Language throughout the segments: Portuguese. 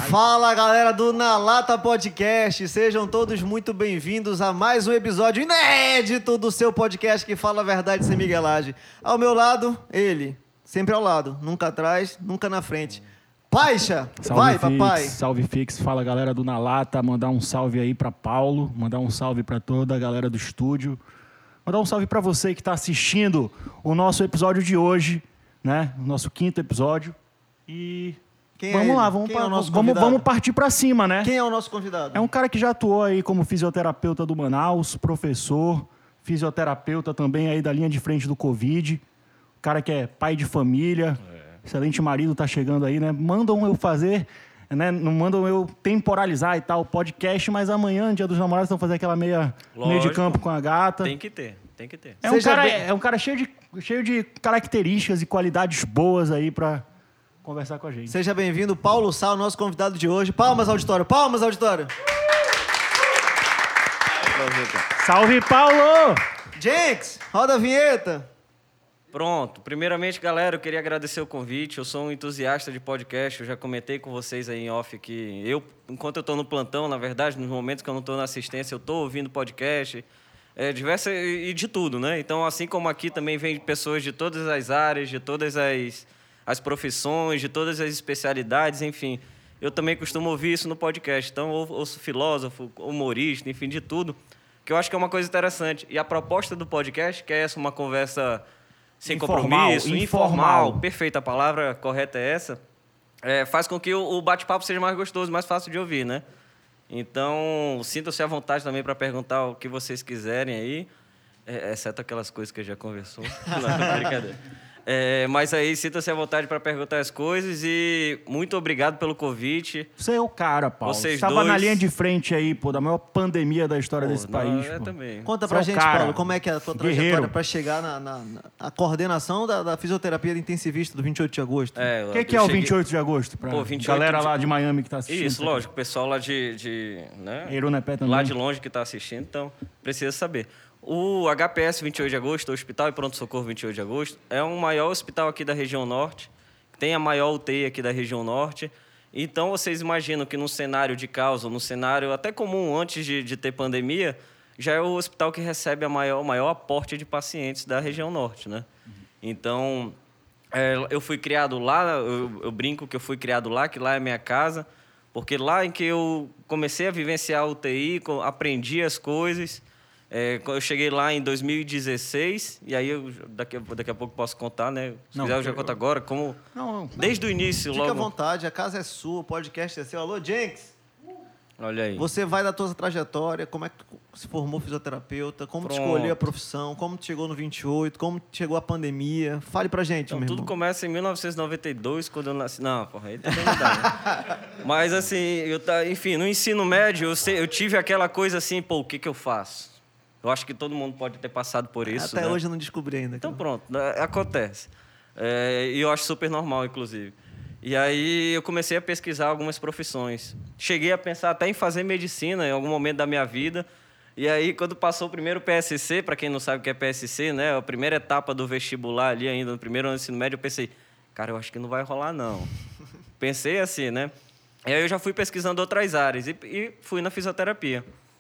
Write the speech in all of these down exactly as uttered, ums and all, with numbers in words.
Fala, galera do Na Lata Podcast, sejam todos muito bem-vindos a mais um episódio inédito do seu podcast que fala a verdade sem miguelagem. Ao meu lado, ele, sempre ao lado, nunca atrás, nunca na frente. Paixa, salve vai, Fix, papai. Salve Fix, fala galera do Na Lata, mandar um salve aí pra Paulo, mandar um salve pra toda a galera do estúdio, mandar um salve pra você que tá assistindo o nosso episódio de hoje, né? O nosso quinto episódio. E Quem vamos é lá, ele? vamos, Quem é o nosso vamos, convidado? vamos partir pra cima, né? Quem é o nosso convidado? É um cara que já atuou aí como fisioterapeuta do Manaus, professor, fisioterapeuta também aí da linha de frente do Covid, cara que é pai de família, é. excelente marido, tá chegando aí, né? Mandam eu fazer, né? Não mandam eu temporalizar e tal o podcast, mas amanhã, dia dos namorados, estão fazendo aquela meia, meio de campo com a gata. Tem que ter, tem que ter. É um, cara, bem... é um cara cheio de, cheio de características e qualidades boas aí pra conversar com a gente. Seja bem-vindo, Paulo Sal, nosso convidado de hoje. Palmas, auditório, palmas, auditório. Salve, Paulo! Jenks, roda a vinheta. Pronto. Primeiramente, galera, eu queria agradecer o convite. Eu sou um entusiasta de podcast. Eu já comentei com vocês aí em off que eu, enquanto eu estou no plantão, na verdade, nos momentos que eu não estou na assistência, eu estou ouvindo podcast, é, diversa e de tudo, né? Então, assim como aqui também vem pessoas de todas as áreas, de todas as, as profissões, de todas as especialidades, enfim. Eu também costumo ouvir isso no podcast. Então, eu ouço filósofo, humorista, enfim, de tudo, que eu acho que é uma coisa interessante. E a proposta do podcast, que é essa, uma conversa sem informal, compromisso, informal, informal, perfeita, a palavra correta é essa, é, faz com que o, o bate-papo seja mais gostoso, mais fácil de ouvir, né? Então, sintam-se à vontade também para perguntar o que vocês quiserem aí, é, exceto aquelas coisas que a gente já conversou. Não, brincadeira. É, mas aí, sinta-se à vontade para perguntar as coisas e muito obrigado pelo convite. Você é o cara, Paulo. Vocês Estava dois... na linha de frente aí, pô, da maior pandemia da história Pô, desse não, país. é pô. também. Conta Você pra é o gente, cara. Paulo, como é que é a tua Guerreiro. trajetória para chegar na, na, na coordenação da, da fisioterapia do intensivista do vinte e oito de agosto. É, O que, que eu é o cheguei- vinte e oito de agosto? Pra Pô, vinte e oito galera de- lá de Miami que tá assistindo. Isso, lógico. O pessoal lá de... de né? Irunepé também. Lá de longe que está assistindo, então precisa saber. O H P S vinte e oito de agosto, o Hospital e Pronto-Socorro vinte e oito de agosto, é o maior hospital aqui da região norte, tem a maior U T I aqui da região norte. Então, vocês imaginam que num cenário de caos, ou num cenário até comum antes de, de ter pandemia, já é o hospital que recebe a maior, o maior aporte de pacientes da região norte, né? Então, é, eu fui criado lá, eu, eu brinco que eu fui criado lá, que lá é minha casa, porque lá em que eu comecei a vivenciar a U T I, co- aprendi as coisas. É, eu cheguei lá em dois mil e dezesseis, e aí eu, daqui, a- daqui a pouco posso contar, né? Se Não, quiser eu já eu- conto agora, como Não, não. desde o início, Fica à logo... vontade, a casa é sua, o podcast é seu. Alô, Jenks, Olha aí. você vai da tua trajetória, como é que tu se formou fisioterapeuta, como tu Pronto. escolheu a profissão, como tu chegou no vinte e oito, como chegou a pandemia. Fale pra gente, Então, meu tudo irmão. começa em mil novecentos e noventa e dois, quando eu nasci. Não, porra, aí também não dá, né? Mas, assim, eu tá, enfim, no ensino médio, eu, sei- eu tive aquela coisa assim, pô, o que, que eu faço? Eu acho que todo mundo pode ter passado por isso, Até né? hoje eu não descobri ainda. Então, cara. pronto, né, acontece. É, E eu acho super normal, inclusive. E aí eu comecei a pesquisar algumas profissões. Cheguei a pensar até em fazer medicina em algum momento da minha vida. E aí, quando passou o primeiro P S C, para quem não sabe o que é P S C, né, a primeira etapa do vestibular ali ainda, no primeiro ano do ensino médio, eu pensei, cara, eu acho que não vai rolar, não. Pensei assim, né? E aí eu já fui pesquisando outras áreas e, e fui na fisioterapia.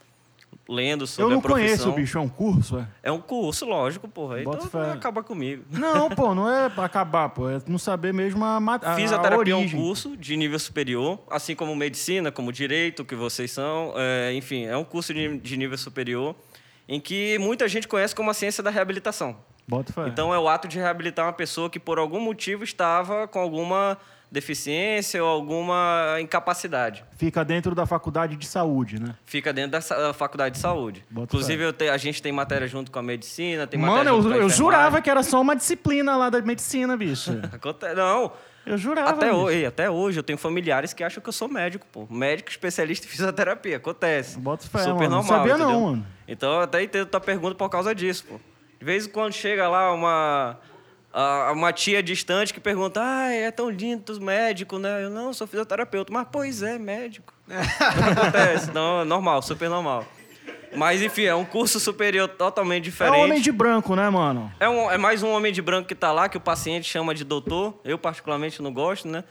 Lendo sobre Eu não a profissão. conheço, bicho, é um curso, é? É um curso, lógico, porra. Então Bota fé. acaba comigo. Não, pô, não é pra acabar, pô, é não saber mesmo a, ma- a, a Fisioterapia é um origem. curso de nível superior, assim como medicina, como direito, que vocês são. É, enfim, é um curso de, de nível superior em que muita gente conhece como a ciência da reabilitação. Bota fé. Então, é o ato de reabilitar uma pessoa que, por algum motivo, estava com alguma deficiência ou alguma incapacidade. Fica dentro da faculdade de saúde, né? Fica dentro da sa- da faculdade de saúde. Bota Inclusive, fé. eu te- a gente tem matéria junto com a medicina, tem Mano, matéria eu, junto com a eu enfermagem. jurava que era só uma disciplina lá da medicina, bicho. Aconte- Não, Eu jurava, Até bicho. hoje, até hoje eu tenho familiares que acham que eu sou médico, pô. Médico especialista em fisioterapia. Acontece. Bota fé, Super mano. Não normal, sabia não, entendeu? mano. Então eu até entendo tua pergunta por causa disso, pô. De vez em quando chega lá uma, a- uma tia distante que pergunta: ah, é tão lindo os médicos, né? Eu não, sou fisioterapeuta. Mas, pois é, médico. Acontece. Não, é normal, super normal. Mas, enfim, é um curso superior totalmente É diferente. o homem de branco, né, mano? É, um- é mais um homem de branco que tá lá, que o paciente chama de doutor. Eu, particularmente, não gosto, né?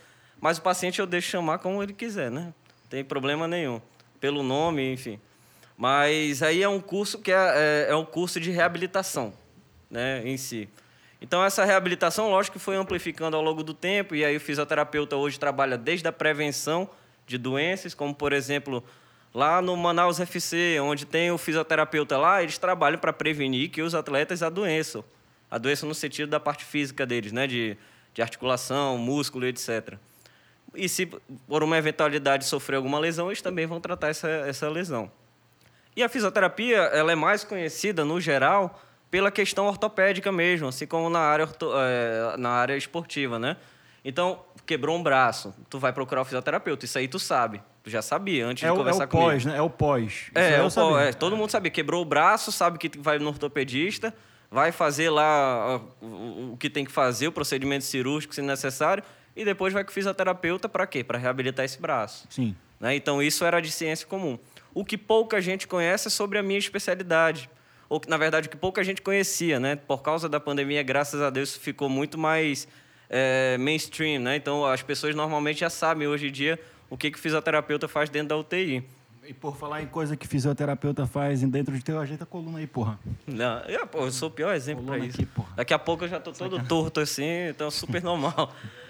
Mas o paciente eu deixo chamar como ele quiser, né? Não tem problema nenhum. Pelo nome, enfim. Mas aí é um curso que é, é, é um curso de reabilitação, né, em si. Então, essa reabilitação, lógico que foi amplificando ao longo do tempo, e aí o fisioterapeuta hoje trabalha desde a prevenção de doenças, como, por exemplo, lá no Manaus F C, onde tem o fisioterapeuta lá, eles trabalham para prevenir que os atletas adoeçam. Adoeçam no sentido da parte física deles, né, de, de articulação, músculo, etcétera. E se por uma eventualidade sofrer alguma lesão, eles também vão tratar essa, essa lesão. E a fisioterapia, ela é mais conhecida, no geral, pela questão ortopédica mesmo, assim como na área, orto, é, na área esportiva, né? Então, quebrou um braço, tu vai procurar o fisioterapeuta, isso aí tu sabe, tu já sabia antes é de o, conversar é o comigo. Pós, né? É o pós, é, é o pós, é, todo mundo sabia, quebrou o braço, sabe que vai no ortopedista, vai fazer lá o, o que tem que fazer, o procedimento cirúrgico, se necessário, e depois vai com o fisioterapeuta para quê? Para reabilitar esse braço. Sim. Né? Então, isso era de ciência comum. O que pouca gente conhece é sobre a minha especialidade. Ou, na verdade, o que pouca gente conhecia, né? Por causa da pandemia, graças a Deus, ficou muito mais é, mainstream, né? Então, as pessoas normalmente já sabem, hoje em dia, o que, que o fisioterapeuta faz dentro da U T I. E por falar em coisa que fisioterapeuta faz dentro de teu, ajeita a coluna aí, porra. Não, eu, pô, eu sou o pior exemplo para isso. Aqui, Daqui a pouco eu já estou todo torto assim, então super normal.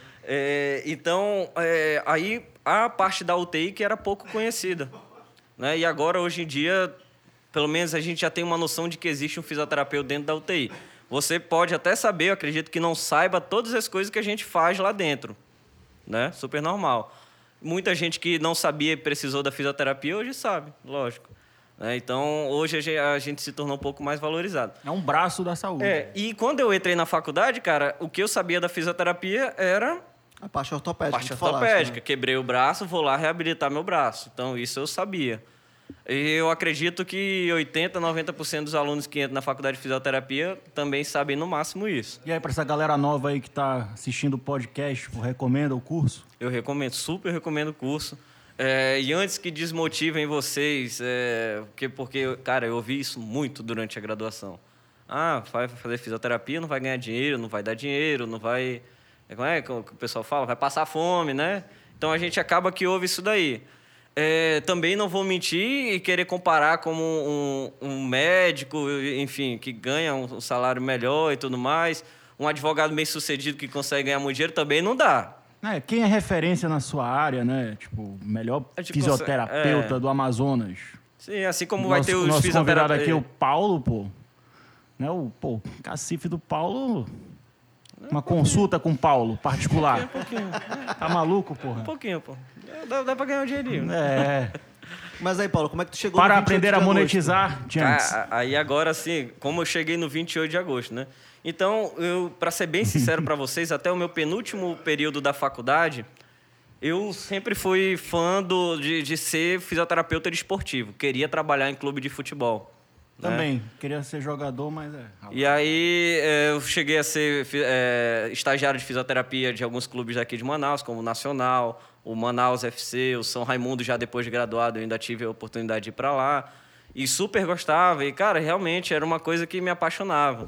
É, então, é, aí a parte da U T I que era pouco conhecida. Né? E agora, hoje em dia, pelo menos a gente já tem uma noção de que existe um fisioterapeuta dentro da U T I. Você pode até saber, eu acredito que não saiba todas as coisas que a gente faz lá dentro. Né? Super normal. Muita gente que não sabia e precisou da fisioterapia, hoje sabe, lógico. Né? Então, hoje a gente se tornou um pouco mais valorizado. É um braço da saúde. É, e quando eu entrei na faculdade, cara, o que eu sabia da fisioterapia era... A parte ortopédica. Parte ortopédica. Falaste, né? Quebrei o braço, vou lá reabilitar meu braço. Então, isso eu sabia. E eu acredito que oitenta por cento, noventa por cento dos alunos que entram na faculdade de fisioterapia também sabem no máximo isso. E aí, para essa galera nova aí que está assistindo o podcast, recomenda o curso? Eu recomendo, super recomendo o curso. É, e antes que desmotivem vocês, é, porque, porque, cara, eu ouvi isso muito durante a graduação. Ah, vai fazer fisioterapia, não vai ganhar dinheiro, não vai dar dinheiro, não vai... Como é que o pessoal fala? Vai passar fome, né? Então, a gente acaba que ouve isso daí. É, também não vou mentir e querer comparar como um, um médico, enfim, que ganha um salário melhor e tudo mais. Um advogado bem-sucedido que consegue ganhar muito dinheiro também não dá. É, quem é referência na sua área, né? Tipo, melhor fisioterapeuta consegue, é... do Amazonas. Sim, assim como nosso, vai ter os nosso fisioterapeutas... convidado aqui, o Paulo, pô. Né? O pô, cacife do Paulo... Uma consulta com o Paulo, particular. Um pouquinho, um pouquinho. Tá maluco, porra? Um pouquinho, pô. Dá, dá pra ganhar um dinheirinho. É. Mas aí, Paulo, como é que tu chegou Para no aprender a monetizar, Janks. Aí agora, assim, como eu cheguei no vinte e oito de agosto, né? Então, eu, para ser bem sincero para vocês, até o meu penúltimo período da faculdade, eu sempre fui fã do, de, de ser fisioterapeuta desportivo. Queria trabalhar em clube de futebol. Também. Né? Queria ser jogador, mas é... E aí eu cheguei a ser é, estagiário de fisioterapia de alguns clubes daqui de Manaus, como o Nacional, o Manaus F C, o São Raimundo, já depois de graduado, eu ainda tive a oportunidade de ir para lá. E super gostava. E, cara, realmente era uma coisa que me apaixonava.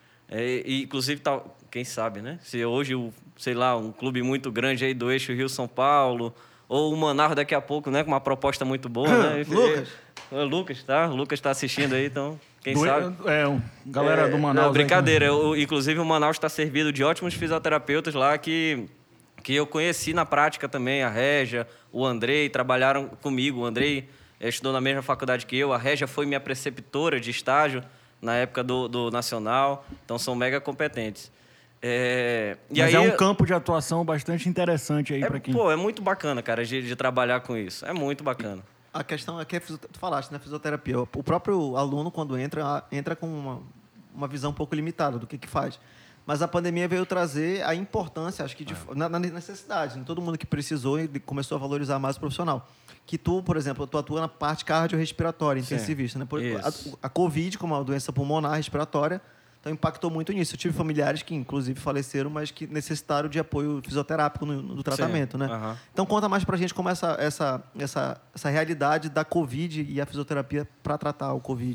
É, e, inclusive, tá, quem sabe, né? Se hoje, sei lá, um clube muito grande aí do eixo Rio-São Paulo, ou o Manaus daqui a pouco, né? Com uma proposta muito boa, né? Lucas. O Lucas, tá? O Lucas está assistindo aí, então, quem do, sabe... É, galera é, do Manaus... Não, brincadeira. Aí, eu, inclusive, o Manaus está servido de ótimos fisioterapeutas lá que, que eu conheci na prática também. A Régia, o Andrei, trabalharam comigo. O Andrei estudou na mesma faculdade que eu. A Régia foi minha preceptora de estágio na época do, do Nacional. Então, são mega competentes. É, e Mas aí, é um campo de atuação bastante interessante aí é, para quem... Pô, é muito bacana, cara, de, de trabalhar com isso. É muito bacana. A questão é que tu falaste, né, fisioterapia. O próprio aluno, quando entra, entra com uma, uma visão um pouco limitada do que, que faz. Mas a pandemia veio trazer a importância, acho que, de, é. na, na necessidade. Né? Todo mundo que precisou e começou a valorizar mais o profissional. Que tu, por exemplo, tu atua na parte cardiorrespiratória, intensivista. Né? Por, a, a Covid, como uma doença pulmonar respiratória, então impactou muito nisso. Eu tive familiares que, inclusive, faleceram, mas que necessitaram de apoio fisioterápico no, no tratamento, né? Uhum. Então, conta mais pra gente como essa, essa, essa, essa realidade da Covid e a fisioterapia para tratar o Covid.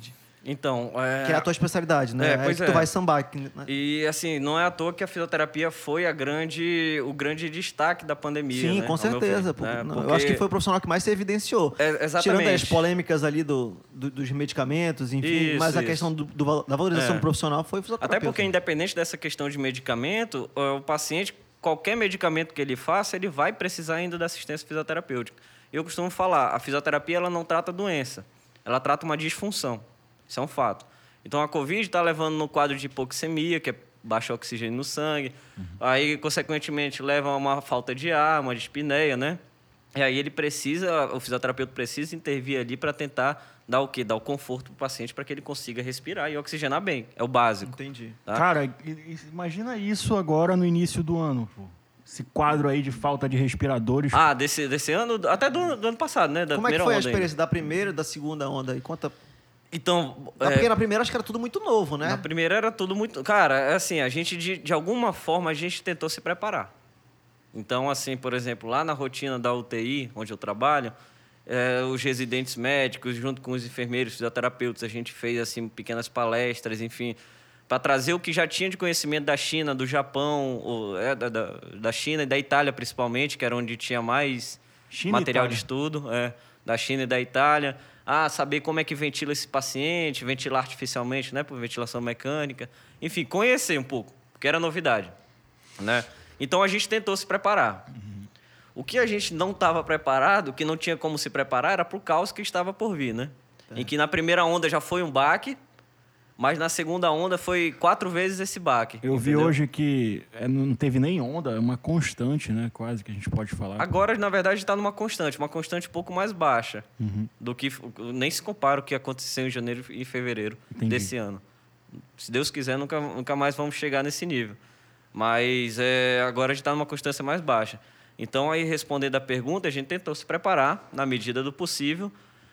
Então, é... Que é a tua especialidade, né? É, É, pois que é. tu vai sambar. aqui, né? E, assim, não é à toa que a fisioterapia foi a grande, o grande destaque da pandemia, Sim, né? com Ao meu certeza. ver, pô. né? Não, Porque- Eu acho que foi o profissional que mais se evidenciou. É, exatamente. Tirando as polêmicas ali do, do- dos medicamentos, enfim. Isso, mas a isso. questão do, do val- da valorização É. profissional foi o Até fisioterapeuta. porque, independente dessa questão de medicamento, o paciente, qualquer medicamento que ele faça, ele vai precisar ainda da assistência fisioterapêutica. Eu costumo falar, a fisioterapia ela não trata doença, ela trata uma disfunção. Isso é um fato. Então, a Covid está levando no quadro de hipoxemia, que é baixo oxigênio no sangue. Uhum. Aí, consequentemente, leva a uma falta de ar, uma dispneia, né? E aí ele precisa, o fisioterapeuta precisa intervir ali para tentar dar o quê? Dar o conforto para o paciente para que ele consiga respirar e oxigenar bem. É o básico. Entendi. Tá? Cara, i- i- imagina isso agora no início do ano, pô. Esse quadro aí de falta de respiradores. Ah, desse, desse ano, até do, do ano passado, né? Da Como é que primeira foi a onda experiência da primeira e da segunda onda? E conta... ainda. Então, Ah, é, porque na primeira acho que era tudo muito novo, né? na primeira era tudo muito... Cara, é assim, a gente, de, de alguma forma, a gente tentou se preparar. Então, assim, por exemplo, lá na rotina da U T I, onde eu trabalho, é, os residentes médicos, junto com os enfermeiros, fisioterapeutas, a gente fez, assim, pequenas palestras, enfim, para trazer o que já tinha de conhecimento da China, do Japão, ou, é, da, da, da China e da Itália, principalmente, que era onde tinha mais China e material de Itália. estudo, é, da China e da Itália. Ah, saber como é que ventila esse paciente, ventilar artificialmente, né, por ventilação mecânica. Enfim, conhecer um pouco, porque era novidade, né? Então, a gente tentou se preparar. Uhum. O que a gente não estava preparado, que não tinha como se preparar, era para o caos que estava por vir, né? É. Em que na primeira onda já foi um baque, mas na segunda onda foi quatro vezes esse baque. Eu vi entendeu? hoje que é, não teve nem onda, é uma constante, né? Quase que a gente pode falar. Agora, na verdade, está numa constante, uma constante um pouco mais baixa Uhum. do que... Nem se compara o que aconteceu em janeiro e fevereiro Entendi. desse ano. Se Deus quiser, nunca, nunca mais vamos chegar nesse nível. Mas é, agora a gente está numa constância mais baixa. Então, aí, respondendo a pergunta, a gente tentou se preparar, na medida do possível.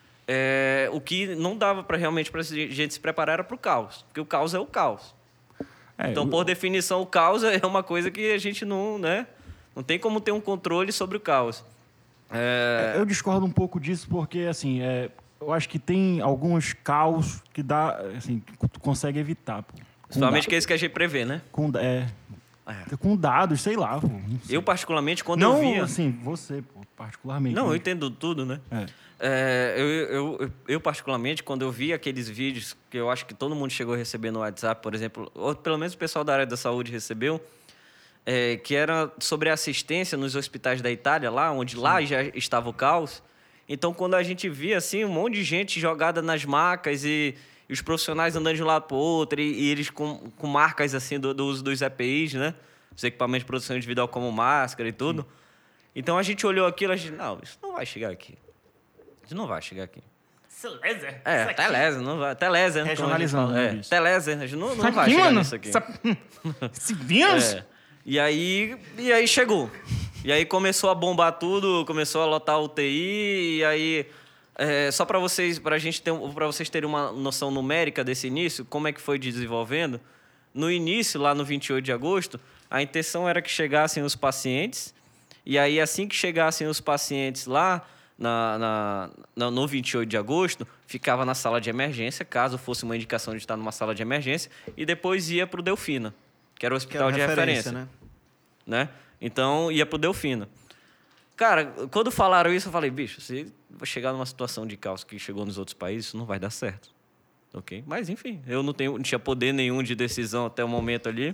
É, o que não dava para realmente para a gente se preparar era para o caos, porque o caos é o caos. É, Então, eu- por definição, o caos é uma coisa que a gente não, né, não tem como ter um controle sobre o caos. É, Eu discordo um pouco disso porque, assim, é, eu acho que tem alguns caos que dá, assim, que tu consegue evitar. Pô. Com principalmente da- que é isso que a gente prevê, né? com, da- é, É. com dados, sei lá. Pô, não sei. Eu, particularmente, quando não, eu via... assim, você, pô, particularmente. Não, eu né? entendo tudo, né? É. É, eu, eu, eu, eu, particularmente, quando eu vi aqueles vídeos que eu acho que todo mundo chegou a receber no WhatsApp, por exemplo, ou pelo menos o pessoal da área da saúde recebeu, é, que era sobre a assistência nos hospitais da Itália, lá onde lá já estava o caos. Então, quando a gente via assim, um monte de gente jogada nas macas e, e os profissionais andando de um lado para o outro, e, e eles com, com marcas assim do, do uso dos E P Is, né? Os equipamentos de proteção individual como máscara e tudo. Então, a gente olhou aquilo e a gente, não, isso não vai chegar aqui. Isso não vai chegar aqui. Laser? É, até laser, não vai. Até laser. Regionalizando, como a gente fala. né, É, isso. até laser, a gente não, não Isso vai aqui, chegar mano, nisso aqui. essa- Esse vírus? É. E aí, e aí chegou. E aí começou a bombar tudo, começou a lotar a U T I, e aí é, só para vocês, para gente ter, para vocês terem uma noção numérica desse início, como é que foi desenvolvendo? No início, lá no vinte e oito de agosto, a intenção era que chegassem os pacientes, e aí assim que chegassem os pacientes lá na, na, na- no vinte e oito de agosto, ficava na sala de emergência, caso fosse uma indicação de estar numa sala de emergência, e depois ia para o Delfina, que era o Que era hospital de referência, né? né? Então, ia pro Delfina. Cara, quando falaram isso, eu falei, bicho, se vai chegar numa situação de caos que chegou nos outros países, isso não vai dar certo. Ok? Mas, enfim, eu não, tenho, não tinha poder nenhum de decisão até o momento ali.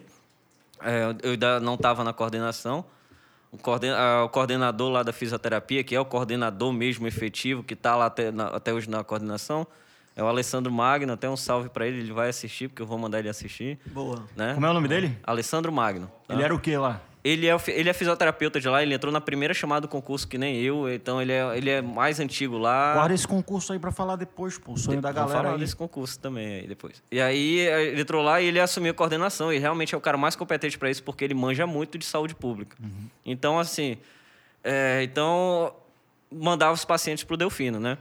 É, eu ainda não estava na coordenação. O, coorden, a, o coordenador lá da fisioterapia, que é o coordenador mesmo efetivo, que está lá até, na, até hoje na coordenação, é o Alessandro Magno. Até um salve para ele, ele vai assistir, porque eu vou mandar ele assistir. Boa. Né? Como é o nome dele? Alessandro Magno. Tá? Ele era o quê lá? Ele é, o fi- ele é fisioterapeuta de lá, ele entrou na primeira chamada do concurso que nem eu, então ele é, ele é mais antigo lá. Guarda esse concurso aí pra falar depois, pô. O sonho da Vamos galera falar aí. desse concurso também aí depois. E aí ele entrou lá e ele assumiu a coordenação, e realmente é o cara mais competente para isso, porque ele manja muito de saúde pública. Uhum. Então, assim, é, então mandava os pacientes pro Delfino, né?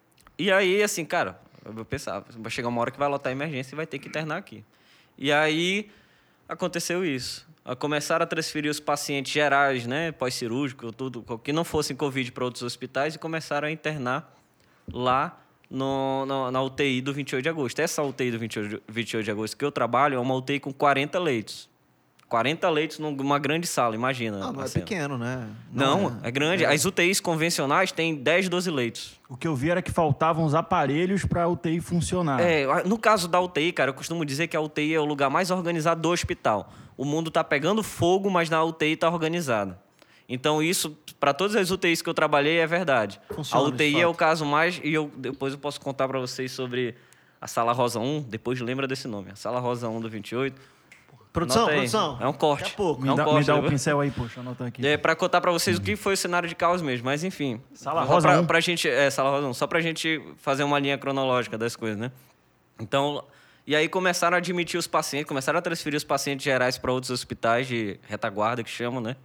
E aí, assim, cara, eu pensava, vai chegar uma hora que vai lotar a emergência e vai ter que internar aqui. E aí aconteceu isso. Começaram a transferir os pacientes gerais, né, pós-cirúrgico, tudo, que não fossem Covid para outros hospitais, e começaram a internar lá no, no, na U T I do vinte e oito de agosto. Essa U T I do vinte e oito de agosto que eu trabalho é uma U T I com quarenta leitos. quarenta leitos numa grande sala, imagina. Não, não é assim. pequeno, né? Não, é, é grande. É. As U T Is convencionais têm dez, doze leitos. O que eu vi era que faltavam os aparelhos para a U T I funcionar. É, no caso da U T I, cara, eu costumo dizer que a U T I é o lugar mais organizado do hospital. O mundo tá pegando fogo, mas na U T I tá organizado. Então, isso, para todas as U T Is que eu trabalhei, é verdade. Funciona, a U T I de é o fato. caso mais... E eu, depois eu posso contar para vocês sobre a Sala Rosa um. Depois lembra desse nome. A Sala Rosa um do vinte e oito. Produção, Anota aí. produção. É um corte. Daqui a pouco. Me É um dá, corte, me dá o viu? pincel aí, poxa, anota aqui. É para contar para vocês o que foi o cenário de caos mesmo, mas enfim. Sala Só Rosa pra, um. pra gente, é, Sala Rosa um, só pra gente fazer uma linha cronológica das coisas, né? Então, e aí começaram a admitir os pacientes, começaram a transferir os pacientes gerais para outros hospitais de retaguarda, que chamam, né?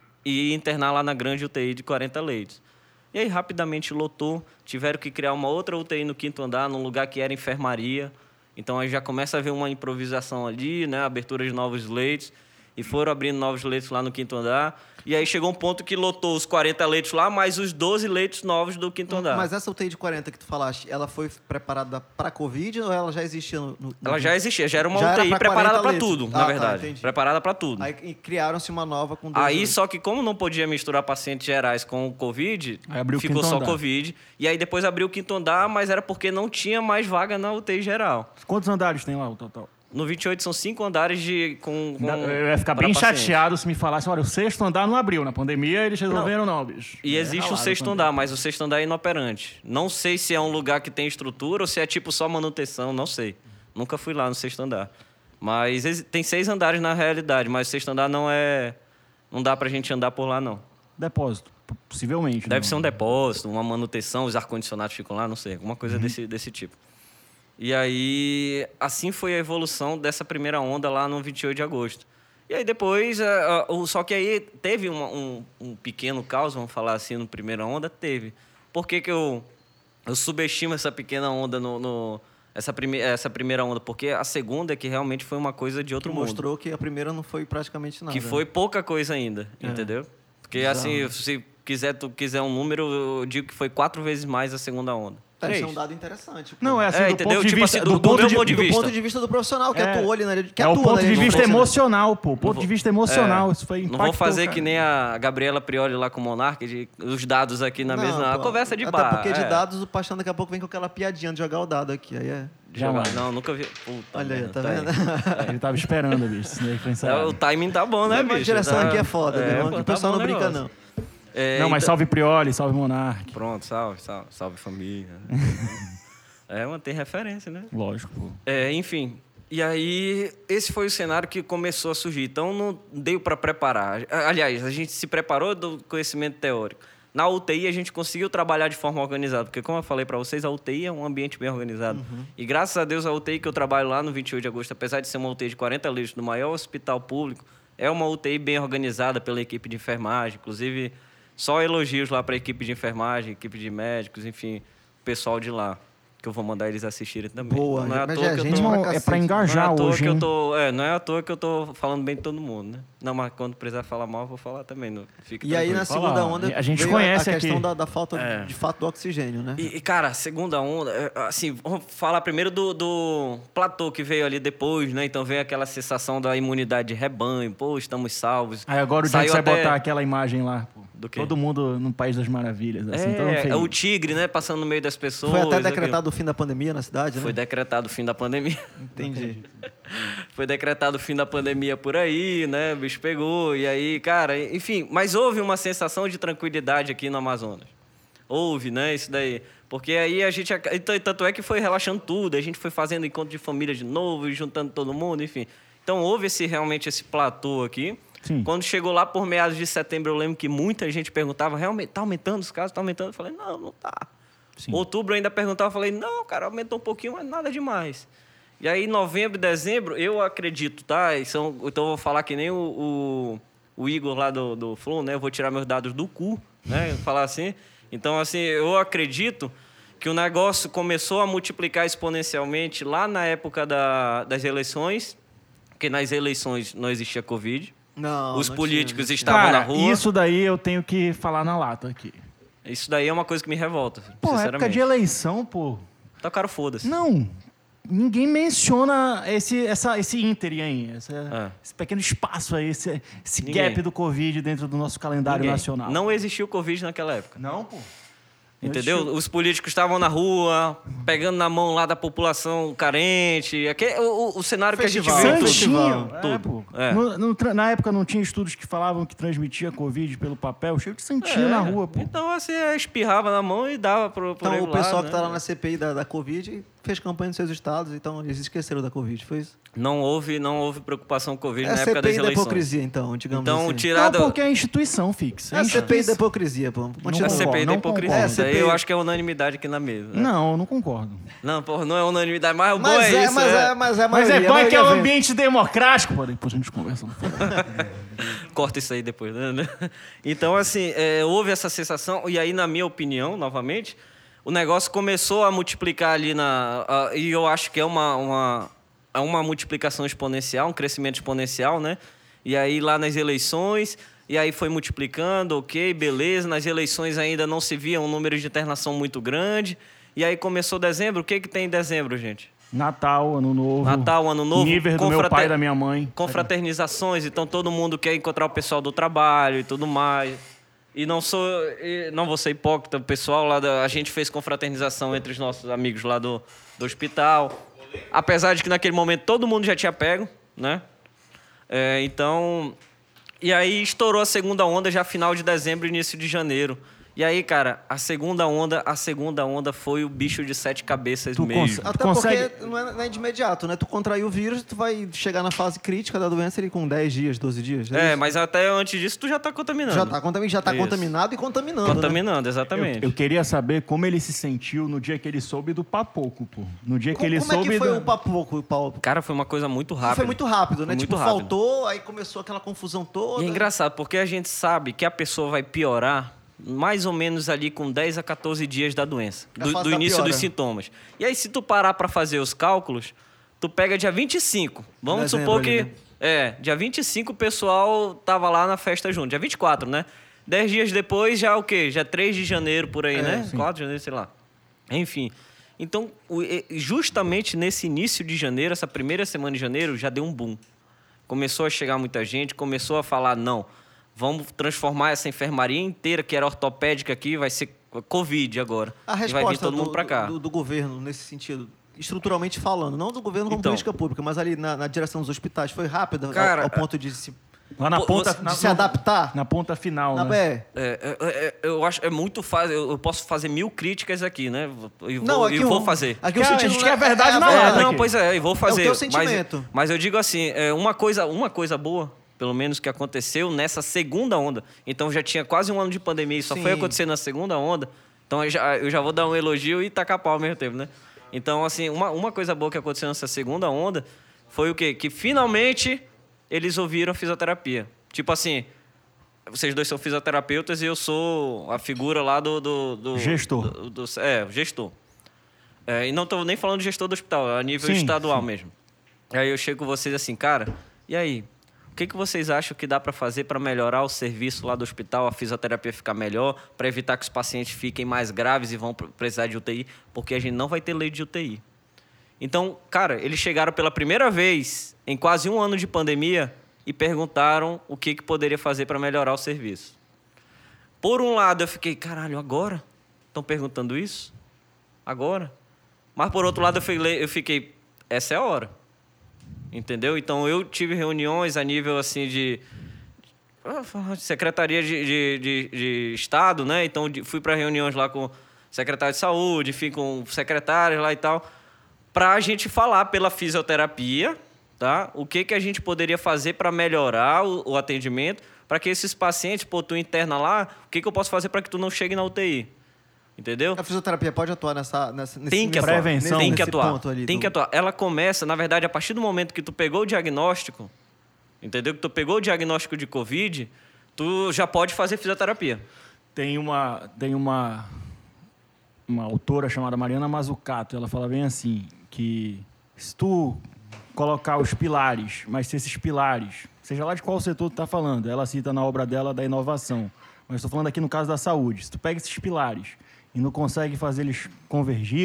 E internar lá na grande U T I de quarenta leitos. E aí rapidamente lotou, tiveram que criar uma outra U T I no quinto andar, num lugar que era enfermaria. Então aí já começa a haver uma improvisação ali, né? Abertura de novos leitos. E foram abrindo novos leitos lá no quinto andar. E aí chegou um ponto que lotou os quarenta leitos lá, mais os doze leitos novos do quinto andar. Mas essa U T I de quarenta que tu falaste, ela foi preparada para Covid ou ela já existia no... no Ela já existia, já era uma Já U T I era pra preparada quarenta para leitos. tudo, Ah, na tá, verdade. entendi. Preparada para tudo. Aí e criaram-se uma nova com doze Aí, leitos. só que como não podia misturar pacientes gerais com o Covid, Aí abriu o ficou quinto só andar. Covid. E aí depois abriu o quinto andar, mas era porque não tinha mais vaga na U T I geral. Quantos andares tem lá o total? No vinte e oito são cinco andares de, com, com Eu ia ficar pra bem paciente. chateado se me falasse, olha, o sexto andar não abriu. Na pandemia eles resolveram não, bicho. E É existe o ralado sexto também. andar, mas o sexto andar é inoperante. Não sei se é um lugar que tem estrutura ou se é tipo só manutenção, não sei. Nunca fui lá no sexto andar. Mas exi- tem seis andares na realidade, mas o sexto andar não é... Não dá pra gente andar por lá, não. Depósito, possivelmente. Deve não. ser um depósito, uma manutenção, os ar-condicionados ficam lá, não sei, alguma coisa Uhum. desse, desse tipo. E aí, assim foi a evolução dessa primeira onda lá no vinte e oito de agosto. E aí depois, eh, o- só que aí teve uma- um, um pequeno caos, vamos falar assim, no primeira onda, teve. Por que que eu, eu subestimo essa pequena onda, no, no- essa, prime, essa primeira onda? Porque a segunda é que realmente foi uma coisa de outro Que mundo. mostrou que a primeira não foi praticamente nada. Que foi pouca coisa ainda, entendeu? Porque Bizarro, assim, né? se quiser, tu quiser um número, eu digo que foi quatro vezes mais a segunda onda. É, isso é Três. um dado interessante. pô. Não, é assim, É, do entendeu? ponto de Tipo vista... assim, do- do ponto meu de- ponto de Do vista. ponto de vista do profissional, que É. atua ali na rede. Que É o atua ponto na de rede vista frente, né? emocional, pô. Ponto de vista emocional. É, Isso foi não vou impactou, fazer cara. que nem a Gabriela Prioli lá com o Monark, de, os dados aqui na Não, mesma. A pô, conversa de até bar. porque de é. dados, o Paixão daqui a pouco vem com aquela piadinha de jogar o dado aqui. Aí é... Jogar- Jamais. Não, nunca vi. Puta Olha aí, merda, tá vendo? aí. Ele tava esperando, bicho. Isso daí foi É, ensaiado. o timing tá bom, né, Não, mas bicho? a direção Tá- aqui é foda, é, né? pô, Que o tá pessoal bom não o brinca, negócio. não. É, Não, mas então- salve Prioli, salve Monark. Pronto, salve, salve, salve família. É, mas tem referência, né? Lógico, pô. É, enfim. E aí, esse foi o cenário que começou a surgir. Então, não deu para preparar. Aliás, a gente se preparou do conhecimento teórico. Na U T I, a gente conseguiu trabalhar de forma organizada. Porque, como eu falei para vocês, a U T I é um ambiente bem organizado. Uhum. E, graças a Deus, a U T I que eu trabalho lá no vinte e oito de agosto, apesar de ser uma U T I de quarenta leitos no maior hospital público, é uma U T I bem organizada pela equipe de enfermagem. Inclusive, só elogios lá para a equipe de enfermagem, equipe de médicos, enfim, o pessoal de lá. Que eu vou mandar eles assistirem também. Boa, não é à mas toa é que eu gente tô... pra Irmão, é cacete. pra Não é engajar à toa hoje, que eu hein? tô, é, não é à toa que eu tô falando bem de todo mundo, né? Não, mas quando precisar falar mal, eu vou falar também. Não, fica E aí, tranquilo. na Fala, segunda onda, a gente veio conhece a questão aqui. da, da falta, É. de fato, do oxigênio, né? E, e, cara, a segunda onda, é, assim, vamos falar primeiro do, do platô que veio ali depois, né? Então veio aquela sensação da imunidade de rebanho, pô, estamos salvos. Aí agora o dia que Saiu você vai até- botar aquela imagem lá, pô. Do quê? Todo mundo no País das Maravilhas, assim, todo É, feliz. é o tigre, né? Passando no meio das pessoas. Foi até aquilo. decretado o fim da pandemia na cidade, né? Foi decretado o fim da pandemia. Entendi. Foi decretado o fim da pandemia por aí, né? O bicho pegou. E aí, cara, enfim. Mas houve uma sensação de tranquilidade aqui no Amazonas. Houve, né? Isso daí. Porque aí a gente... Então, tanto é que foi relaxando tudo. A gente foi fazendo encontro de família de novo, e juntando todo mundo, enfim. Então, houve esse, realmente esse platô aqui. Sim. Quando chegou lá por meados de setembro, eu lembro que muita gente perguntava, realmente, tá aumentando os casos? Tá aumentando? Eu falei, não, não tá. Sim. Outubro eu ainda perguntava, eu falei, não, cara, aumentou um pouquinho, mas nada demais. E aí, novembro e dezembro, eu acredito, tá? E são, então, eu vou falar que nem o, o, o Igor lá do, do Flow, né? Eu vou tirar meus dados do cu, né? Falar assim. Então, assim, eu acredito que o negócio começou a multiplicar exponencialmente lá na época da, das eleições, porque nas eleições não existia Covid. Não, Os não políticos tinha, não estavam Cara, na rua. isso daí eu tenho que falar na lata aqui. Isso daí é uma coisa que me revolta, Pô, época sinceramente. de eleição, pô. Tocaram foda-se. Não, ninguém menciona esse, essa, esse ínterim aí, essa, É. esse pequeno espaço aí, esse, esse Ninguém. gap do Covid dentro do nosso calendário Ninguém. nacional. Não existiu Covid naquela época. Não, pô. Entendeu? Os políticos estavam na rua, pegando na mão lá da população carente. Aquele, o, o, o cenário Festival. que a gente viu. Santinho. Tudo. É, tudo. pô. É. No- no tra- na época não tinha estudos que falavam que transmitia Covid pelo papel, cheio de santinho É. na rua, pô. Então, assim, espirrava na mão e dava pro, pro Então, o lá, pessoal né? que tá lá na C P I da, da Covid fez campanha nos seus estados, então eles esqueceram da Covid, foi isso? Não houve, não houve preocupação com Covid É a na época C P I das da eleições. hipocrisia, então, digamos Então, assim. tirado... Não, porque é a instituição fixa. É a C P I da instituição- hipocrisia, pô. A Continua. C P I da não hipocrisia. concordo. Isso É, aí C P I. eu acho que é unanimidade aqui na mesa. né? Não, eu não concordo. Não, porra, não é unanimidade, mas o bom Mas é, é, isso. mas é. é, mas é a Mas maioria, é a bom que é maioria um vem. ambiente democrático, pô. Depois a gente conversa. Corta isso aí depois, né? Então, assim, é, houve essa sensação, e aí, na minha opinião, novamente, o negócio começou a multiplicar ali na... a- e eu acho que é uma, uma, é uma multiplicação exponencial, um crescimento exponencial, né? E aí, lá nas eleições, e aí foi multiplicando, ok, beleza. Nas eleições ainda não se via um número de internação muito grande. E aí começou dezembro. O que, que tem em dezembro, gente? Natal, Ano Novo. Natal, Ano Novo. Nível do meu confrater- pai e da minha mãe. Confraternizações, então todo mundo quer encontrar o pessoal do trabalho e tudo mais. E não sou, e não vou ser hipócrita, o pessoal lá da, a gente fez confraternização entre os nossos amigos lá do, do hospital. Apesar de que naquele momento todo mundo já tinha pego, né? É, então, e aí estourou a segunda onda já final de dezembro, início de janeiro. E aí, cara, a segunda onda, a segunda onda foi o bicho de sete cabeças Tu mesmo. consegue- Até consegue- porque não é, não é de imediato, né? Tu contraiu o vírus, tu vai chegar na fase crítica da doença ali com dez dias, doze dias. É, isso? mas até antes disso tu já tá contaminando. Já tá, contamin- já tá Isso. contaminado e contaminando, né? Contaminando, exatamente. Eu queria saber como ele se sentiu no dia que ele soube do papoco, pô. No dia que Como, ele como é soube que foi do... o papo, Paulo? Cara, foi uma coisa muito rápida. Foi muito rápido, né? Foi Tipo, muito rápido. faltou, aí começou aquela confusão toda. E é engraçado, porque a gente sabe que a pessoa vai piorar mais ou menos ali com dez a quatorze dias da doença, A do, fase do da início piora. dos sintomas. E aí, se tu parar para fazer os cálculos, tu pega dia vinte e cinco. Vamos Dezembro supor ali, que... né? É, dia vinte e cinco o pessoal tava lá na festa junto. Dia vinte e quatro, né? Dez dias depois, já o quê? Já três de janeiro por aí, É, né? sim. quatro de janeiro, sei lá. Enfim. Então, o- e- justamente nesse início de janeiro, essa primeira semana de janeiro, já deu um boom. Começou a chegar muita gente, começou a falar, não, vamos transformar essa enfermaria inteira, que era ortopédica aqui, vai ser Covid agora. A e vai vir resposta todo mundo do, para cá. do, do governo nesse sentido, estruturalmente falando, não do governo como Então. política pública, mas ali na, na direção dos hospitais, foi rápida ao- Cara, ao, ponto de se, Lá na Pô, ponta... você- na, de se adaptar? Na ponta final, Na, né? é, É, é, é, eu acho é muito fácil. Eu eu posso fazer mil críticas aqui, né? E vou, Não, e aqui vou o- fazer. Aqui o Cara, a sentido gente não é- quer a verdade é na É, lata não, aqui. pois é, e vou fazer. teu Mas- sentimento. Mas, eu digo assim, é, uma, coisa, uma coisa boa, pelo menos, que aconteceu nessa segunda onda. Então já tinha quase um ano de pandemia e só Sim. foi acontecer na segunda onda. Então eu já, eu já vou dar um elogio e tacar pau ao mesmo tempo, né? Então, assim, uma, uma coisa boa que aconteceu nessa segunda onda foi o quê? Que finalmente eles ouviram a fisioterapia. Tipo assim, vocês dois são fisioterapeutas e eu sou a figura lá do... do, do Gestor. do- do- é, o gestor. É, e não estou nem falando de gestor do hospital, é a nível Sim, estadual sim. mesmo. Aí eu chego com vocês assim, cara, e aí? O que, que vocês acham que dá para fazer para melhorar o serviço lá do hospital, a fisioterapia ficar melhor, para evitar que os pacientes fiquem mais graves e vão pre- precisar de U T I? Porque a gente não vai ter lei de U T I. Então, cara, eles chegaram pela primeira vez em quase um ano de pandemia e perguntaram o que, que poderia fazer para melhorar o serviço. Por um lado, eu fiquei, caralho, agora? Estão perguntando isso? Agora? Mas, por outro lado, eu fiquei, eu fiquei, essa é a hora. Entendeu? Então, eu tive reuniões a nível, assim, de... de Secretaria de, de, de, de Estado, né? Então, de- fui para reuniões lá com o secretário de Saúde, enfim, com secretários lá e tal, para a gente falar pela fisioterapia, tá? O que, que a gente poderia fazer para melhorar o, o atendimento, para que esses pacientes, pô, tu interna lá, o que, que eu posso fazer para que tu não chegue na U T I? Entendeu? A fisioterapia pode atuar nessa, nessa nesse, Tem que nesse- atuar. Prevenção. Tem que nesse atuar. ponto ali Tem do- que atuar. Ela começa, na verdade, a partir do momento que tu pegou o diagnóstico, entendeu? Que tu pegou o diagnóstico de Covid, tu já pode fazer fisioterapia. Tem uma, tem uma, uma autora chamada Mariana Mazzucato, ela fala bem assim, que se tu colocar os pilares, mas se esses pilares, seja lá de qual setor tu está falando, ela cita na obra dela da inovação, mas estou falando aqui no caso da saúde, se tu pega esses pilares e não consegue fazer eles convergirem,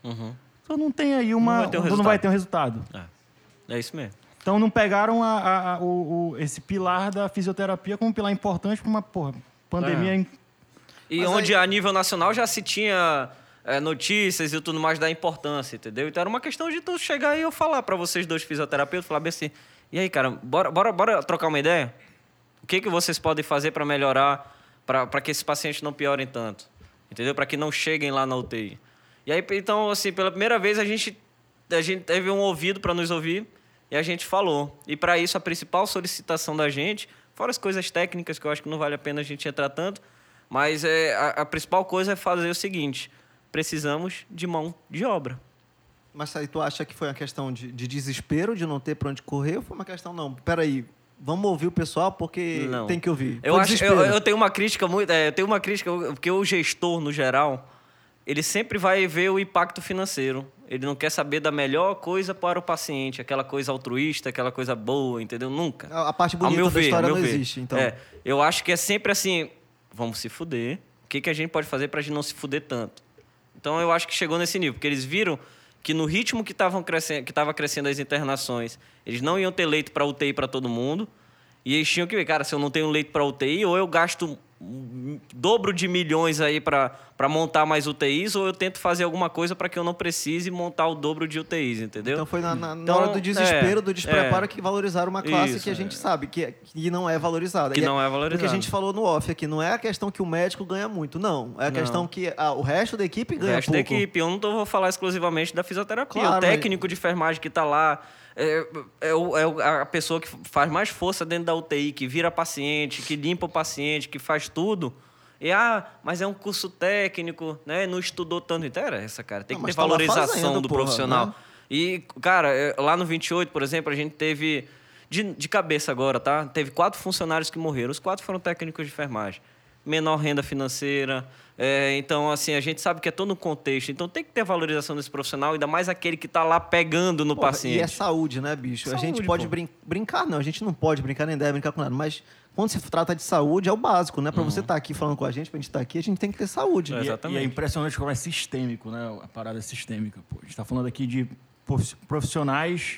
Uhum. Então não tem aí uma... Não vai ter um então não vai ter um resultado. É, é isso mesmo. Então não pegaram a, a, a, o, o, esse pilar da fisioterapia como um pilar importante para uma porra, pandemia... É. Em... E Mas onde aí- a nível nacional já se tinha é, notícias e tudo mais da importância, entendeu? Então era uma questão de tu chegar e eu falar para vocês dois fisioterapeutas, falar bem assim, e aí, cara, bora, bora, bora trocar uma ideia? O que, que vocês podem fazer para melhorar, para que esses pacientes não piorem tanto? Entendeu? Para que não cheguem lá na U T I. E aí, então, assim, pela primeira vez a gente, a gente teve um ouvido para nos ouvir e a gente falou. E para isso, a principal solicitação da gente, fora as coisas técnicas que eu acho que não vale a pena a gente entrar tanto, mas é, a, a principal coisa é fazer o seguinte, precisamos de mão de obra. Mas aí tu acha que foi uma questão de, de desespero, de não ter para onde correr, ou foi uma questão, não, peraí, vamos ouvir o pessoal porque Não. tem que ouvir? Eu, Foi acho, eu, desespero. eu tenho uma crítica muito. É, eu tenho uma crítica, porque o gestor, no geral, ele sempre vai ver o impacto financeiro. Ele não quer saber da melhor coisa para o paciente, aquela coisa altruísta, aquela coisa boa, entendeu? Nunca. A a parte Ao bonita meu da ver, história ao não meu ver. existe, então. É, eu acho que é sempre assim, vamos se fuder. O que, que a gente pode fazer para a gente não se fuder tanto? Então, eu acho que chegou nesse nível, porque eles viram que no ritmo que estavam crescendo, que estava crescendo as internações, eles não iam ter leito para U T I para todo mundo. E eles tinham que ver, cara, se eu não tenho leito para U T I, ou eu gasto um dobro de milhões aí para montar mais U T Is, ou eu tento fazer alguma coisa para que eu não precise montar o dobro de U T Is, entendeu? Então foi na, na, na Então, hora do desespero, é, do despreparo é. que valorizaram uma classe Isso, que a gente sabe que, é- que não é valorizada. Que E não é O que a valorizada. gente falou no off aqui, não é a questão que o médico ganha muito, não. É a Não. questão que a- o resto da equipe O ganha resto da pouco. equipe. Eu não tô, vou falar exclusivamente da fisioterapia. Claro, o técnico de enfermagem que está lá é, é, o- é o- a pessoa que faz mais força dentro da U T I, que vira paciente, que limpa o paciente, que faz tudo. E, ah, mas é um curso técnico, né? Não estudou tanto. Interessa, cara. Tem Não, que mas ter tá lá valorização fazendo, do porra, profissional. né? E, cara, é, lá no vinte e oito, por exemplo, a gente teve... De, de cabeça agora, tá? Teve quatro funcionários que morreram. Os quatro foram técnicos de enfermagem. Menor renda financeira. É, então, assim, a gente sabe que é todo um contexto. Então, tem que ter valorização desse profissional, ainda mais aquele que está lá pegando no Porra, paciente. E é saúde, né, bicho? a Saúde, gente pode pô. brin- brincar, não. A gente não pode brincar, nem deve brincar com nada. Mas quando se trata de saúde, é o básico, né? Para você estar aqui falando com a gente, pra gente estar aqui, a gente tem que ter saúde. É, E é- Exatamente. E é impressionante como é sistêmico, né? A parada é sistêmica. Pô. A gente está falando aqui de prof- profissionais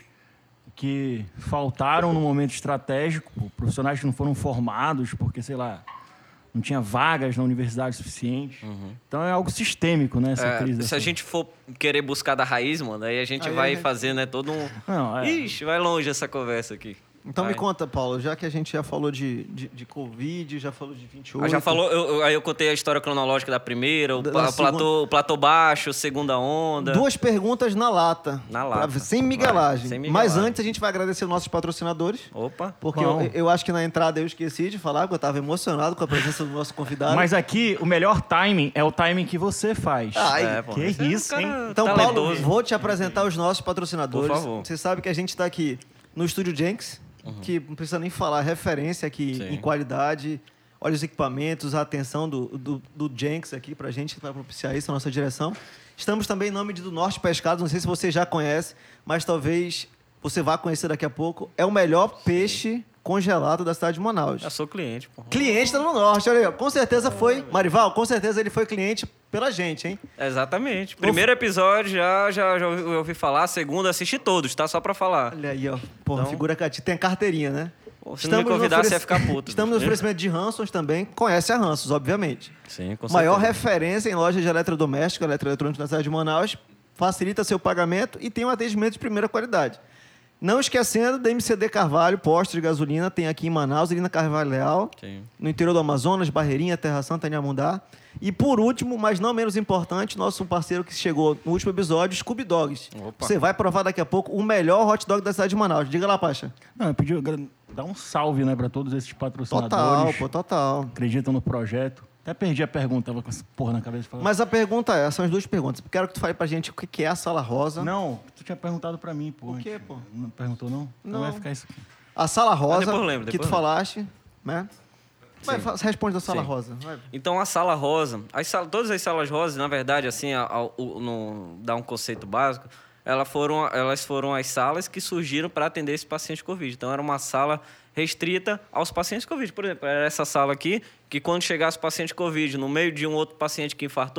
que faltaram no momento estratégico, pô, profissionais que não foram formados porque, sei lá, não tinha vagas na universidade suficiente. Então é algo sistêmico, né? Essa É, crise. se dessa- a gente for querer buscar da raiz, mano, aí a gente Aí a vai gente- fazer, né, todo um... Não, é. Ixi, vai longe essa conversa aqui. Então Vai. me conta, Paulo, já que a gente já falou de, de, de Covid, já falou de vinte e oito... Ah, já falou, eu, eu- aí eu contei a história cronológica da primeira, o, Da- pla- da o platô, o platô baixo, segunda onda. Duas perguntas na lata. Na lata. Pra- sem miguelagem. Vai, sem Mas miguelagem. antes a gente vai agradecer os nossos patrocinadores. Opa. Porque Bom. eu, eu acho que na entrada eu esqueci de falar, porque eu estava emocionado com a presença do nosso convidado. Mas aqui, o melhor timing é o timing que você faz. Ai, É, pô, que esse é um isso, cara hein? Então, Paulo, talentoso. vou te apresentar os nossos patrocinadores. Por favor. Você sabe que a gente está aqui no Estúdio Jenks, que não precisa nem falar, referência aqui Sim. em qualidade. Olha os equipamentos, a atenção do, do, do Jenks aqui pra gente, que vai propiciar isso, a nossa direção. Estamos também em nome de do Norte Pescados, não sei se você já conhece, mas talvez você vá conhecer daqui a pouco. É o melhor peixe congelado da cidade de Manaus. Já sou cliente, pô. Cliente tá no Norte, olha aí. ó. Com certeza foi, Marival, com certeza ele foi cliente pela gente, hein? Exatamente. Primeiro episódio, já, já, já ouvi, eu ouvi falar. Segundo, assisti todos, tá? Só pra falar. Olha aí, ó. Porra, Então- figura cativa. Tem a carteirinha, né? Pô, se não me convidar, você ia ficar puto. Estamos no bicho. oferecimento de Hansons também. Conhece a Hansons, obviamente. Sim, com Maior certeza. referência em loja de eletrodoméstico, eletroeletrônico na cidade de Manaus. Facilita seu pagamento e tem um atendimento de primeira qualidade. Não esquecendo da M C D Carvalho, posto de gasolina, tem aqui em Manaus, ali na Carvalho Leal, Sim. no interior do Amazonas, Barreirinha, Terra Santa, Inhamundá. E por último, mas não menos importante, nosso parceiro que chegou no último episódio, Scooby Dogs. Opa. Você vai provar daqui a pouco o melhor hot dog da cidade de Manaus. Diga lá, Pacha. Não, eu pedi gra- dar um salve, né, para todos esses Total, patrocinadores. pô, total. Acreditam no projeto. Até perdi a pergunta, tava com essa porra na cabeça. Falando. Mas a pergunta é, são as duas perguntas. Quero que tu fale pra gente o que que é a Sala Rosa. Não, tu tinha perguntado pra mim, pô. O quê, antes. pô? Não perguntou, não? Então Não. vai ficar isso. A Sala Rosa, depois eu lembro, que depois tu eu lembro. falaste, né? Vai, fa- responde da Sala Sim. Rosa. Vai. Então, a sala rosa... As sala- todas as salas rosas, na verdade, assim, a, a, o, no, dar um conceito básico, elas foram, elas foram as salas que surgiram para atender esse paciente Covid. Então, era uma sala restrita aos pacientes Covid. Por exemplo, era essa sala aqui, que quando chegasse o paciente Covid no meio de um outro paciente que infartou,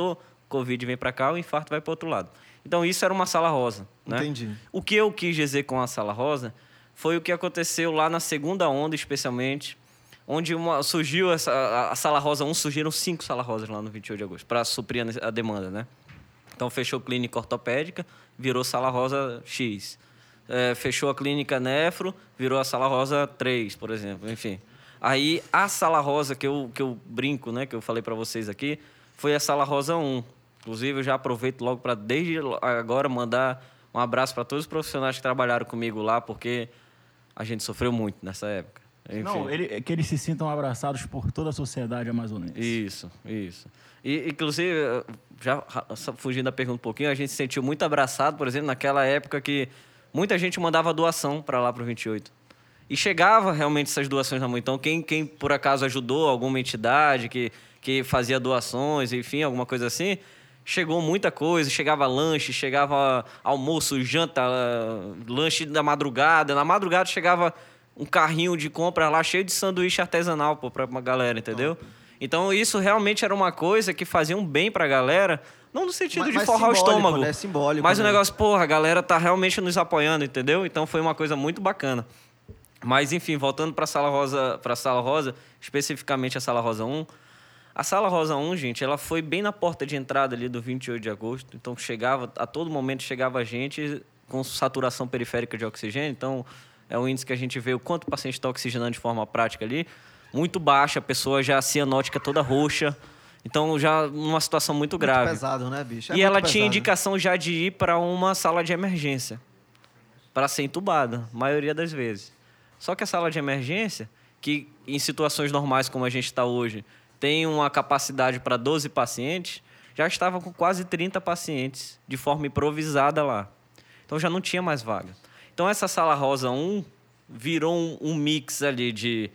Covid vem para cá, o infarto vai para o outro lado. Então, isso era uma sala rosa. Né? Entendi. O que eu quis dizer com a sala rosa foi o que aconteceu lá na segunda onda, especialmente, onde uma, surgiu essa, a, a sala rosa um, surgiram cinco salas rosas lá no vinte e oito de agosto, para suprir a, a demanda, né? Então, fechou clínica ortopédica, virou sala rosa X. É, fechou a clínica nefro, virou a sala rosa três, por exemplo, enfim. Aí, a sala rosa que eu, que eu brinco, né, que eu falei para vocês aqui, foi a sala rosa um. Inclusive, eu já aproveito logo para, desde agora, mandar um abraço para todos os profissionais que trabalharam comigo lá, porque a gente sofreu muito nessa época. Enfim. Não, ele, que eles se sintam abraçados por toda a sociedade amazonense. Isso, isso. E, inclusive, já fugindo da pergunta um pouquinho, a gente se sentiu muito abraçado, por exemplo, naquela época que muita gente mandava doação para lá, para o vinte e oito. E chegava realmente essas doações na mão. Então, quem, quem por acaso ajudou alguma entidade que, que fazia doações, enfim, alguma coisa assim, chegou muita coisa. Chegava lanche, chegava almoço, janta, lanche da madrugada. Na madrugada chegava um carrinho de compra lá cheio de sanduíche artesanal para uma galera, entendeu? Top. Então, isso realmente era uma coisa que fazia um bem para a galera, não no sentido mas, de mas forrar o estômago. Né? Simbólico, mas né? o negócio, porra, a galera tá realmente nos apoiando, entendeu? Então, foi uma coisa muito bacana. Mas, enfim, voltando para a Sala Rosa, para a Sala Rosa, especificamente a Sala Rosa um, a Sala Rosa um, gente, ela foi bem na porta de entrada ali do vinte e oito de agosto. Então, chegava, a todo momento chegava gente com saturação periférica de oxigênio. Então, é um índice que a gente vê o quanto o paciente está oxigenando de forma prática ali. Muito baixa, a pessoa já cianótica toda roxa. Então, já numa situação muito grave. Muito pesado, né, bicho? É e ela pesado, tinha indicação já de ir para uma sala de emergência para ser entubada, a maioria das vezes. Só que a sala de emergência, que em situações normais como a gente está hoje, tem uma capacidade para doze pacientes, já estava com quase trinta pacientes de forma improvisada lá. Então, já não tinha mais vaga. Então, essa Sala Rosa um virou um, um mix ali de,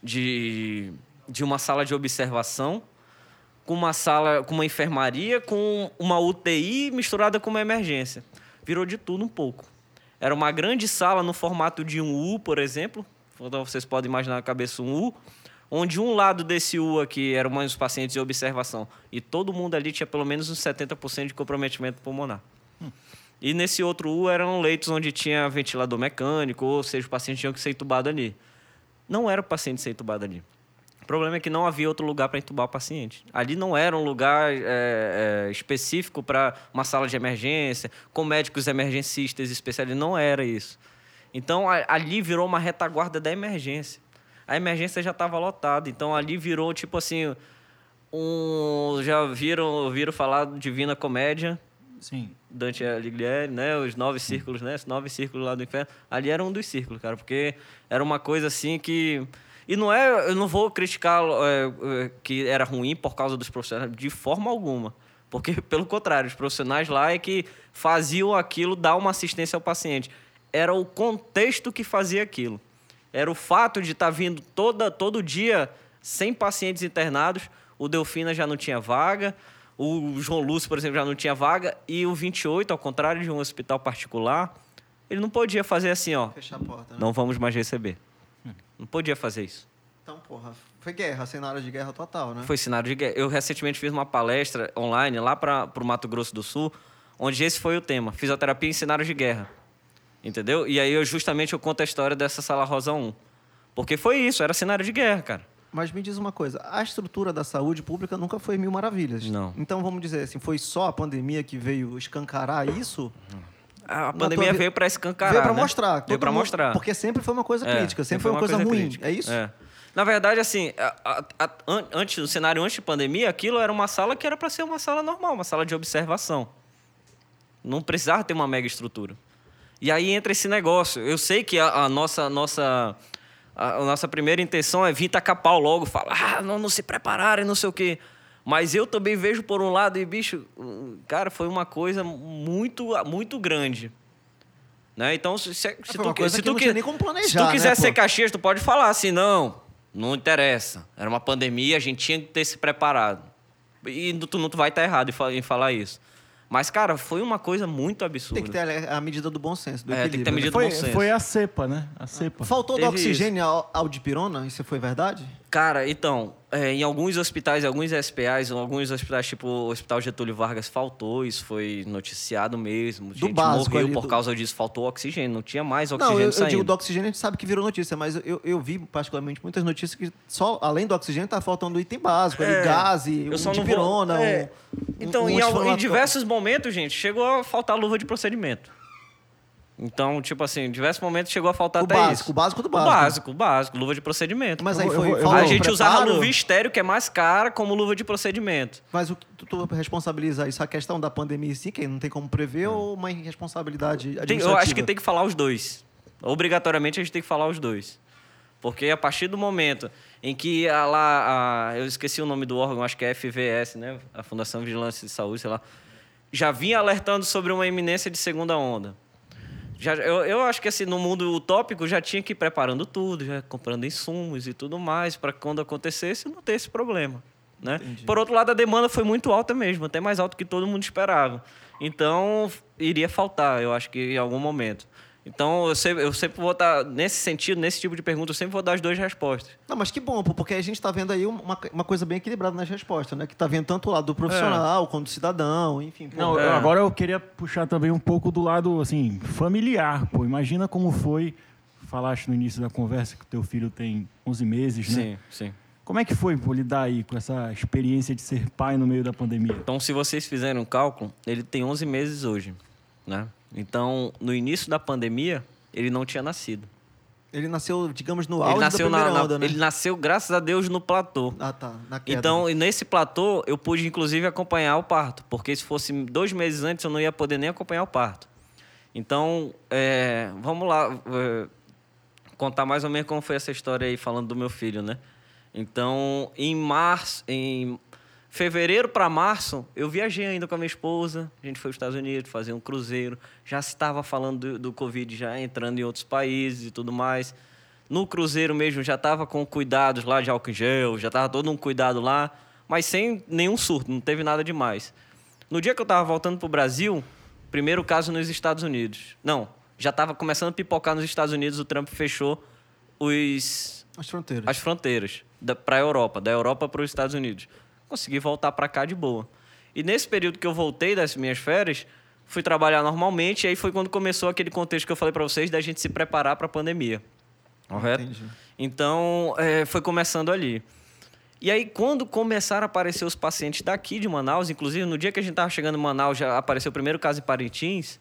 de, de uma sala de observação com uma sala, com uma enfermaria, com uma U T I misturada com uma emergência. Virou de tudo um pouco. Era uma grande sala no formato de um U, por exemplo. Então, vocês podem imaginar na cabeça um U, onde um lado desse U aqui eram mais os pacientes de observação e todo mundo ali tinha pelo menos uns setenta por cento de comprometimento pulmonar. Hum. E nesse outro U eram leitos onde tinha ventilador mecânico, ou seja, o paciente tinha que ser entubado ali. Não era o paciente ser entubado ali. O problema é que não havia outro lugar para entubar o paciente. Ali não era um lugar é, é, específico para uma sala de emergência, com médicos emergencistas especialistas. Não era isso. Então, a, ali virou uma retaguarda da emergência. A emergência já estava lotada. Então, ali virou, tipo assim... Um, já viram, viram falar de Divina Comédia? Sim. Dante Alighieri, né? Os nove círculos, né? Os nove círculos lá do inferno. Ali era um dos círculos, cara. Porque era uma coisa assim que... E não é, eu não vou criticar é, é, que era ruim por causa dos profissionais, de forma alguma. Porque, pelo contrário, os profissionais lá é que faziam aquilo, dar uma assistência ao paciente. Era o contexto que fazia aquilo. Era o fato de estar vindo toda, todo dia cem pacientes internados, o Delfina já não tinha vaga, o João Lúcio, por exemplo, já não tinha vaga, e o vinte e oito, ao contrário de um hospital particular, ele não podia fazer assim, ó. Fechar a porta, né? Não vamos mais receber. Não podia fazer isso. Então, porra, foi guerra, cenário de guerra total, né? Foi cenário de guerra. Eu recentemente fiz uma palestra online lá para o Mato Grosso do Sul, onde esse foi o tema, fisioterapia em cenário de guerra. Entendeu? E aí, eu justamente, eu conto a história dessa Sala Rosa um. Porque foi isso, era cenário de guerra, cara. Mas me diz uma coisa, a estrutura da saúde pública nunca foi mil maravilhas. Não. Então, vamos dizer assim, foi só a pandemia que veio escancarar isso? A pandemia tua... veio para escancarar, Veio para né? mostrar. Veio para mundo... mostrar. Porque sempre foi uma coisa é, crítica, sempre, sempre foi uma, coisa, coisa ruim. Crítica. É isso? É. Na verdade, assim, a, a, a, antes, no cenário antes de pandemia, aquilo era uma sala que era para ser uma sala normal, uma sala de observação. Não precisava ter uma mega estrutura. E aí entra esse negócio. Eu sei que a, a nossa... nossa A nossa primeira intenção é vir tacar pau logo, falar, ah, não, não se prepararem, não sei o quê. Mas eu também vejo por um lado, e bicho, cara, foi uma coisa muito, muito grande. Né? Então, se, se, se tu, se tu, que, nem como planejar, se tu quiser né, ser Caxias, tu pode falar assim, não, não interessa. Era uma pandemia, a gente tinha que ter se preparado. E tu não tu vai estar errado em falar isso. Mas, cara, foi uma coisa muito absurda. Tem que ter a medida do bom senso, do é, equilíbrio. Tem que ter a medida foi, do bom senso. Foi a cepa, né? A cepa. Faltou Teve do oxigênio ao, ao dipirona? Isso foi verdade? Cara, então, é, em alguns hospitais, alguns S P As, em alguns hospitais, tipo o Hospital Getúlio Vargas, faltou, isso foi noticiado mesmo. Do gente básico morreu ali, por do- causa disso, faltou oxigênio, não tinha mais oxigênio Não, eu, eu saindo. digo do oxigênio, a gente sabe que virou notícia, mas eu, eu vi particularmente muitas notícias que só, além do oxigênio, tá faltando item básico, ali, É, gás, eu um só não dipirona, vou- é. um, Então, um em, al- em anti-inflamatório. diversos momentos, gente, chegou a faltar luva de procedimento. Então, tipo assim, em diversos momentos chegou a faltar O até básico, isso. o básico do O básico. básico, o básico, luva de procedimento. Mas Eu aí vou- foi... eu vou- eu faltou a gente usava preparo, luva estéreo, que é mais cara, como luva de procedimento. Mas o que tu, tu responsabiliza isso? A questão da pandemia em si, que não tem como prever, ou uma irresponsabilidade Tem- administrativa? eu acho que tem que falar os dois. Obrigatoriamente a gente tem que falar os dois. Porque a partir do momento em que a, lá, a, eu esqueci o nome do órgão, acho que é F V S, né? A Fundação Vigilância de Saúde, sei lá, já vinha alertando sobre uma iminência de segunda onda. Já, eu, eu acho que assim, no mundo utópico já tinha que ir preparando tudo, já comprando insumos e tudo mais, para quando acontecesse não ter esse problema. Né? Por outro lado, a demanda foi muito alta mesmo, até mais alta que todo mundo esperava. Então, iria faltar, eu acho que em algum momento. Então, eu sempre, eu sempre vou estar, nesse sentido, nesse tipo de pergunta, eu sempre vou dar as duas respostas. Não, mas que bom, pô, porque a gente está vendo aí uma, uma coisa bem equilibrada nas respostas, né? Que está vendo tanto o lado do profissional, quanto do cidadão, enfim. Pô. Não, É. eu- agora eu queria puxar também um pouco do lado, assim, familiar, pô. Imagina como foi, falaste no início da conversa que teu filho tem onze meses, né? Sim, sim. Como é que foi, pô, lidar aí com essa experiência de ser pai no meio da pandemia? Então, se vocês fizerem um cálculo, ele tem onze meses hoje, né? Então, no início da pandemia, ele não tinha nascido. Ele nasceu, digamos, no auge Ele nasceu, da na, primeira na- onda, né? ele nasceu, graças a Deus, no platô. Ah, tá. Na queda. Então, e nesse platô, eu pude, inclusive, acompanhar o parto. Porque se fosse dois meses antes, eu não ia poder nem acompanhar o parto. Então, é, vamos lá é, contar mais ou menos como foi essa história aí, falando do meu filho, né? Então, em março, em fevereiro para março, eu viajei ainda com a minha esposa. A gente foi para os Estados Unidos fazer um cruzeiro. Já se estava falando do, do Covid, já entrando em outros países e tudo mais. No cruzeiro mesmo, já estava com cuidados lá de álcool em gel, já estava todo um cuidado lá, mas sem nenhum surto, não teve nada demais. No dia que eu estava voltando para o Brasil, primeiro caso nos Estados Unidos. Não, já estava começando a pipocar nos Estados Unidos, o Trump fechou os, As fronteiras. as fronteiras para a Europa, da Europa para os Estados Unidos. Consegui voltar para cá de boa. E nesse período que eu voltei das minhas férias, fui trabalhar normalmente, e aí foi quando começou aquele contexto que eu falei para vocês da gente se preparar para a pandemia. Correto? Entendi. Então, é, foi começando ali. E aí, quando começaram a aparecer os pacientes daqui de Manaus, inclusive no dia que a gente estava chegando em Manaus, já apareceu o primeiro caso em Parintins,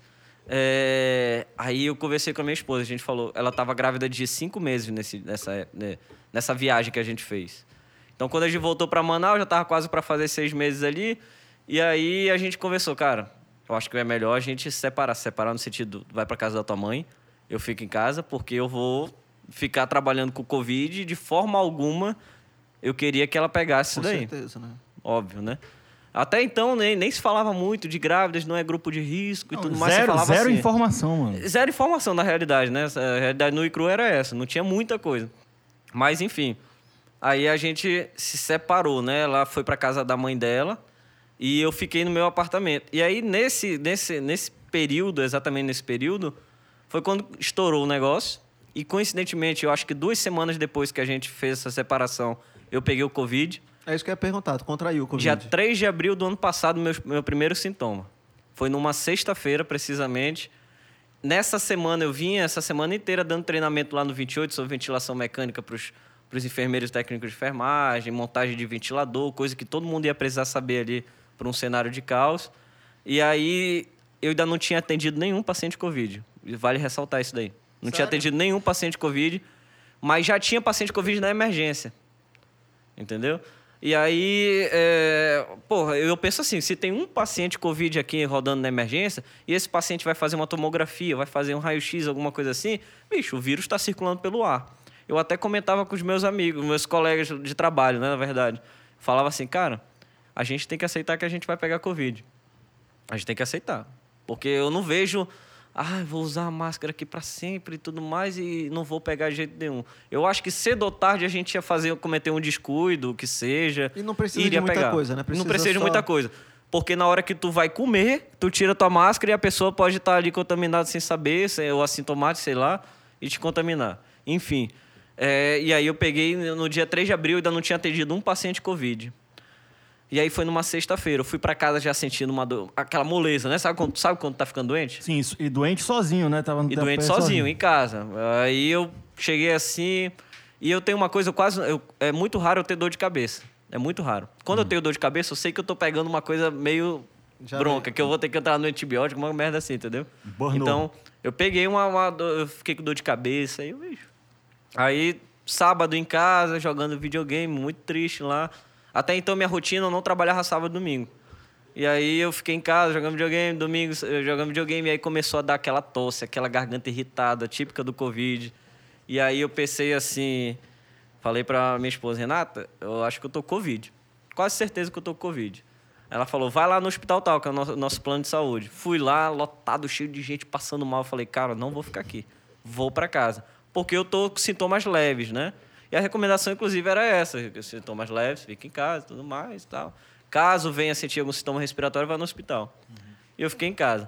é, aí eu conversei com a minha esposa, a gente falou, ela estava grávida de cinco meses nesse, nessa, né, nessa viagem que a gente fez. Então, quando a gente voltou para Manaus, já estava quase para fazer seis meses ali, e aí a gente conversou, cara, eu acho que é melhor a gente se separar, se separar no sentido, vai para casa da tua mãe, eu fico em casa, porque eu vou ficar trabalhando com o Covid e de forma alguma eu queria que ela pegasse isso Com daí. certeza, né? Óbvio, né? Até então, nem, nem se falava muito de grávidas, não é grupo de risco e tudo mais. se Zero, falava zero assim. informação, mano. Zero informação, na realidade, né? A realidade nua e crua era essa, não tinha muita coisa. Mas, enfim, aí a gente se separou, né? Ela foi para casa da mãe dela e eu fiquei no meu apartamento. E aí, nesse, nesse, nesse período, exatamente nesse período, foi quando estourou o negócio. E, coincidentemente, eu acho que duas semanas depois que a gente fez essa separação, eu peguei o Covid. É isso que eu ia perguntar. Tu contraiu o Covid? Dia três de abril do ano passado, meu, meu primeiro sintoma. Foi numa sexta-feira, precisamente. Nessa semana, eu vinha essa semana inteira dando treinamento lá no vinte e oito sobre ventilação mecânica para os enfermeiros técnicos de enfermagem, montagem de ventilador, coisa que todo mundo ia precisar saber ali para um cenário de caos. E aí, eu ainda não tinha atendido nenhum paciente Covid. Vale ressaltar isso daí. Não Sério? tinha atendido nenhum paciente Covid, mas já tinha paciente Covid na emergência. Entendeu? E aí, é, porra, eu penso assim, se tem um paciente Covid aqui rodando na emergência, e esse paciente vai fazer uma tomografia, vai fazer um raio-x, alguma coisa assim, bicho, o vírus está circulando pelo ar. Eu até comentava com os meus amigos, meus colegas de trabalho, né, na verdade. Falava assim, cara, a gente tem que aceitar que a gente vai pegar Covid. A gente tem que aceitar. Porque eu não vejo... Ah, vou usar a máscara aqui para sempre e tudo mais e não vou pegar de jeito nenhum. Eu acho que cedo ou tarde a gente ia fazer, cometer um descuido, o que seja. E não precisa iria de muita pegar. coisa, né? Precisa não precisa de só- muita coisa. Porque na hora que tu vai comer, tu tira tua máscara e a pessoa pode estar ali contaminada sem saber, sem- ou assintomático, sei lá, e te contaminar. Enfim, É, e aí eu peguei, no dia três de abril, ainda não tinha atendido um paciente Covid. E aí foi numa sexta-feira. Eu fui pra casa já sentindo uma dor, aquela moleza, né? Sabe quando, sabe quando tá ficando doente? Sim, isso- e doente sozinho, né? Tava no E tempo doente pé sozinho, em casa. Aí eu cheguei assim... E eu tenho uma coisa, eu quase... Eu, é muito raro eu ter dor de cabeça. É muito raro. Quando eu tenho dor de cabeça, eu sei que eu tô pegando uma coisa meio Já bronca, vi. que eu vou ter que entrar no antibiótico, uma merda assim, entendeu? Burnou. Então, eu peguei uma, uma dor- eu fiquei com dor de cabeça, aí eu vejo. Aí, sábado em casa, jogando videogame, muito triste lá. Até então, minha rotina, eu não trabalhava sábado e domingo. E aí, eu fiquei em casa, jogando videogame, domingo, eh, jogando videogame, e aí começou a dar aquela tosse, aquela garganta irritada, típica do Covid. E aí, eu pensei assim... Falei pra minha esposa, Renata, eu acho que eu tô com Covid. Quase certeza que eu tô com Covid. Ela falou, vai lá no hospital tal, que é o nosso, nosso plano de saúde. Fui lá, lotado, cheio de gente, passando mal. Eu falei, cara, não vou ficar aqui. Vou pra casa. Porque eu tô com sintomas leves, né? E a recomendação, inclusive, era essa. Sintomas leves, fica em casa, tudo mais e tal. Caso venha sentir algum sintoma respiratório, vai no hospital. Uhum. E eu fiquei em casa.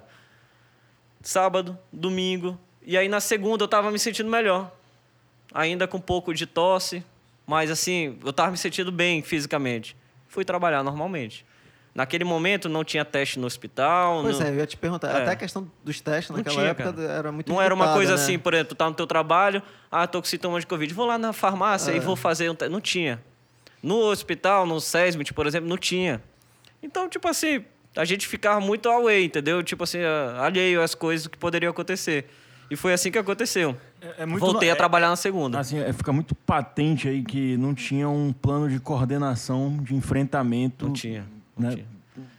Sábado, domingo. E aí, na segunda, eu tava me sentindo melhor. Ainda com um pouco de tosse, mas assim, eu estava me sentindo bem fisicamente. Fui trabalhar normalmente. Naquele momento não tinha teste no hospital. Pois não... é, eu ia te perguntar. É. Até a questão dos testes Não naquela tinha, época cara. era muito Não era uma limitada, coisa né? assim, por exemplo, tu tá no teu trabalho, ah, tô com sintomas de Covid, vou lá na farmácia É. e vou fazer um teste. Não tinha. No hospital, no SESMIT, por exemplo, não tinha. Então, tipo assim, a gente ficava muito away, entendeu? Tipo assim, alheio às coisas que poderiam acontecer. E foi assim que aconteceu. É, é muito Voltei no- a trabalhar na segunda. Assim, é, fica muito patente aí que não tinha um plano de coordenação, de enfrentamento. Não tinha, não né? tinha.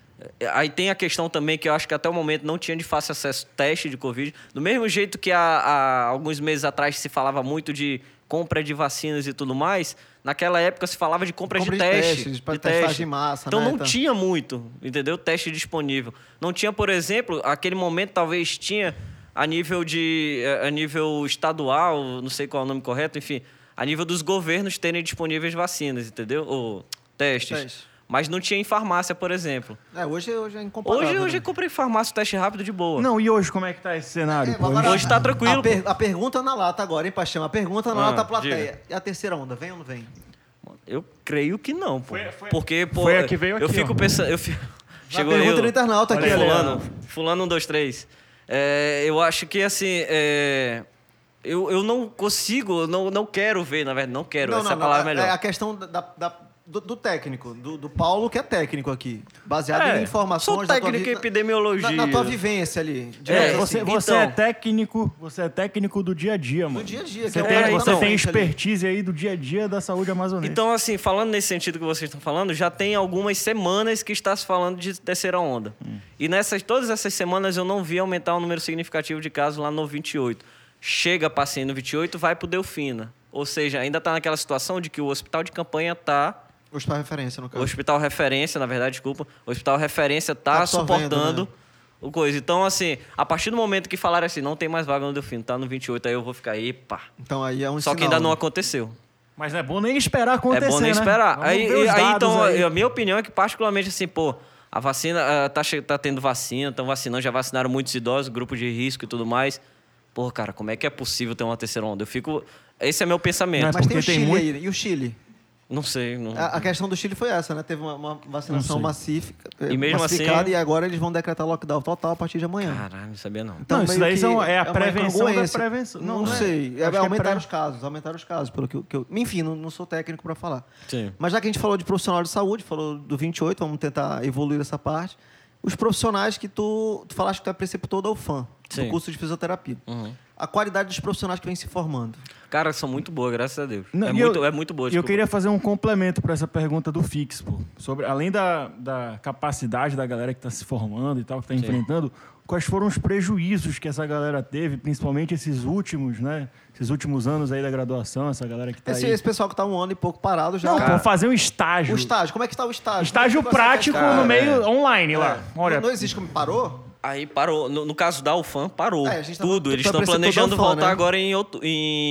Aí tem a questão também que eu acho que até o momento não tinha de fácil acesso teste de Covid. Do mesmo jeito que há, há alguns meses atrás se falava muito de compra de vacinas e tudo mais, naquela época se falava de compra, Compra de de teste. testes, pra de testagem teste. em massa, Então né? não Então- tinha muito, entendeu? Teste disponível. Não tinha, por exemplo, aquele momento talvez tinha a nível de a nível estadual, não sei qual é o nome correto, enfim, a nível dos governos terem disponíveis vacinas, entendeu? Ou testes. Teste. Mas não tinha em farmácia, por exemplo. É, hoje, hoje é incomparável. Hoje, hoje né? eu comprei em farmácia o teste rápido de boa. Não, e hoje como é que tá esse cenário? É, pô? agora- Hoje tá tranquilo, A, per- a pergunta na lata agora, hein, Paixão? A pergunta na Ah, lata plateia. diga. E a terceira onda, vem ou não vem? Eu creio que não, pô. Foi- foi- Porque, pô, foi a que veio eu aqui, fico ó. pensando... Eu fico... Chegou pergunta eu, do internauta aqui, olha, olha. fulano, fulano um, dois, três. É, eu acho que, assim, é, eu, eu não consigo, eu não, não quero ver, na verdade, não quero, essa é a palavra é- melhor. É a questão da, da- da- do, do técnico, do, do Paulo, que é técnico aqui. Baseado É, em informações sou da tua técnico vi- em epidemiologia. Na, na tua vivência ali. digamos É, assim, Você, você então- é técnico, você é técnico do dia a dia, mano. do dia a dia. Você que tem, é o É, você então. tem exatamente ali. expertise aí do dia a dia da saúde amazonense. Então, assim, falando nesse sentido que vocês estão falando, já tem algumas semanas que está se falando de terceira onda. E nessas, todas essas semanas eu não vi aumentar o número significativo de casos lá no vinte e oito. Chega paciente no vinte e oito, vai para o Delfina. Ou seja, ainda está naquela situação de que o hospital de campanha está... Hospital referência, no O caso. hospital referência, na verdade, desculpa. O hospital referência está Tá absorvendo, suportando né? o coisa. Então, assim, a partir do momento que falaram assim, não tem mais vaga no Delfino, tá no vinte e oito, aí eu vou ficar, epa. Então aí é um Só que sinal, ainda não né? aconteceu. Mas não é bom nem esperar acontecer, É bom nem né? esperar. Vamos Aí, ver os aí, dados então, aí. a minha opinião é que, particularmente, assim, pô, a vacina ah, tá, che- tá tendo vacina, estão vacinando, já vacinaram muitos idosos, grupo de risco e tudo mais. Pô, cara, como é que é possível ter uma terceira onda? Eu fico. Esse é meu pensamento. Mas Mas tem o porque tem Chile muito- aí. E o Chile? Não sei. Não... A, a questão do Chile foi essa, né? Teve uma, uma vacinação Não sei. massifica, E mesmo massificada assim- e agora eles vão decretar lockdown total a partir de amanhã. Caralho, não sabia não. Então, Não, isso meio daí que são- é a uma prevenção da incongruência. prevenção. Não, Não, não é. sei. É, Acho que é aumentar pre- os casos, aumentar os casos, pelo que, eu- que eu... Enfim, não, não sou técnico para falar. Sim. Mas já que a gente falou de profissional de saúde, falou do vinte e oito, vamos tentar evoluir essa parte. Os profissionais que tu, tu falaste que tu é preceptor da U F A M, Sim. do curso de fisioterapia. Uhum. A qualidade dos profissionais que vêm se formando. Cara, são muito boas, graças a Deus. Não, é, e muito, eu- é muito boa. E eu desculpa. queria fazer um complemento para essa pergunta do Fix, pô. Sobre, além da, da capacidade da galera que está se formando e tal, que está enfrentando, quais foram os prejuízos que essa galera teve, principalmente esses últimos, né? Esses últimos anos aí da graduação, essa galera que está Esse, aí. esse pessoal que está um ano e pouco parado já... Não, Cara, pô, fazer um estágio. O estágio, como é que está o estágio? Estágio Como é que vai ser prático essa questão? no meio online É. lá. Olha, Não, não existe como parou? Aí parou. No, no caso da U F A M, parou. É, a gente tá tudo. falando- Eles tu é estão preceptor da planejando U F A M, voltar né? agora em, outu-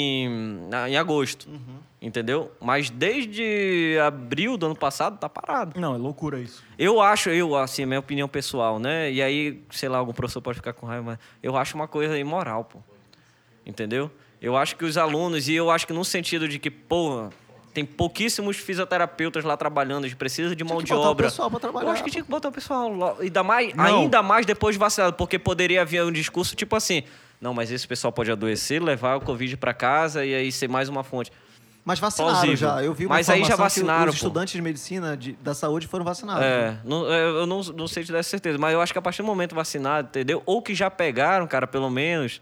em, na- em agosto. Uhum. Entendeu? Mas desde abril do ano passado, tá parado. não, é loucura isso. Eu acho, eu, assim, minha opinião pessoal, né? E aí, sei lá, algum professor pode ficar com raiva, mas eu acho uma coisa imoral, pô. Entendeu? Eu acho que os alunos, e eu acho que no sentido de que, pô, tem pouquíssimos fisioterapeutas lá trabalhando, a gente precisa de mão Tinha que de botar o obra. pessoal pra trabalhar, eu acho que pô. tinha que botar o pessoal lá, ainda mais, Não. ainda mais depois de vacinado, porque poderia haver um discurso tipo assim, não, mas esse pessoal pode adoecer, levar o Covid para casa e aí ser mais uma fonte. Mas vacinaram Plausível. já. Eu vi uma Mas aí já informação vacinaram, que os pô. estudantes de medicina de- da saúde foram vacinados. É, não, é, eu não, não sei te dar certeza, mas eu acho que a partir do momento vacinado, entendeu? Ou que já pegaram, cara, pelo menos.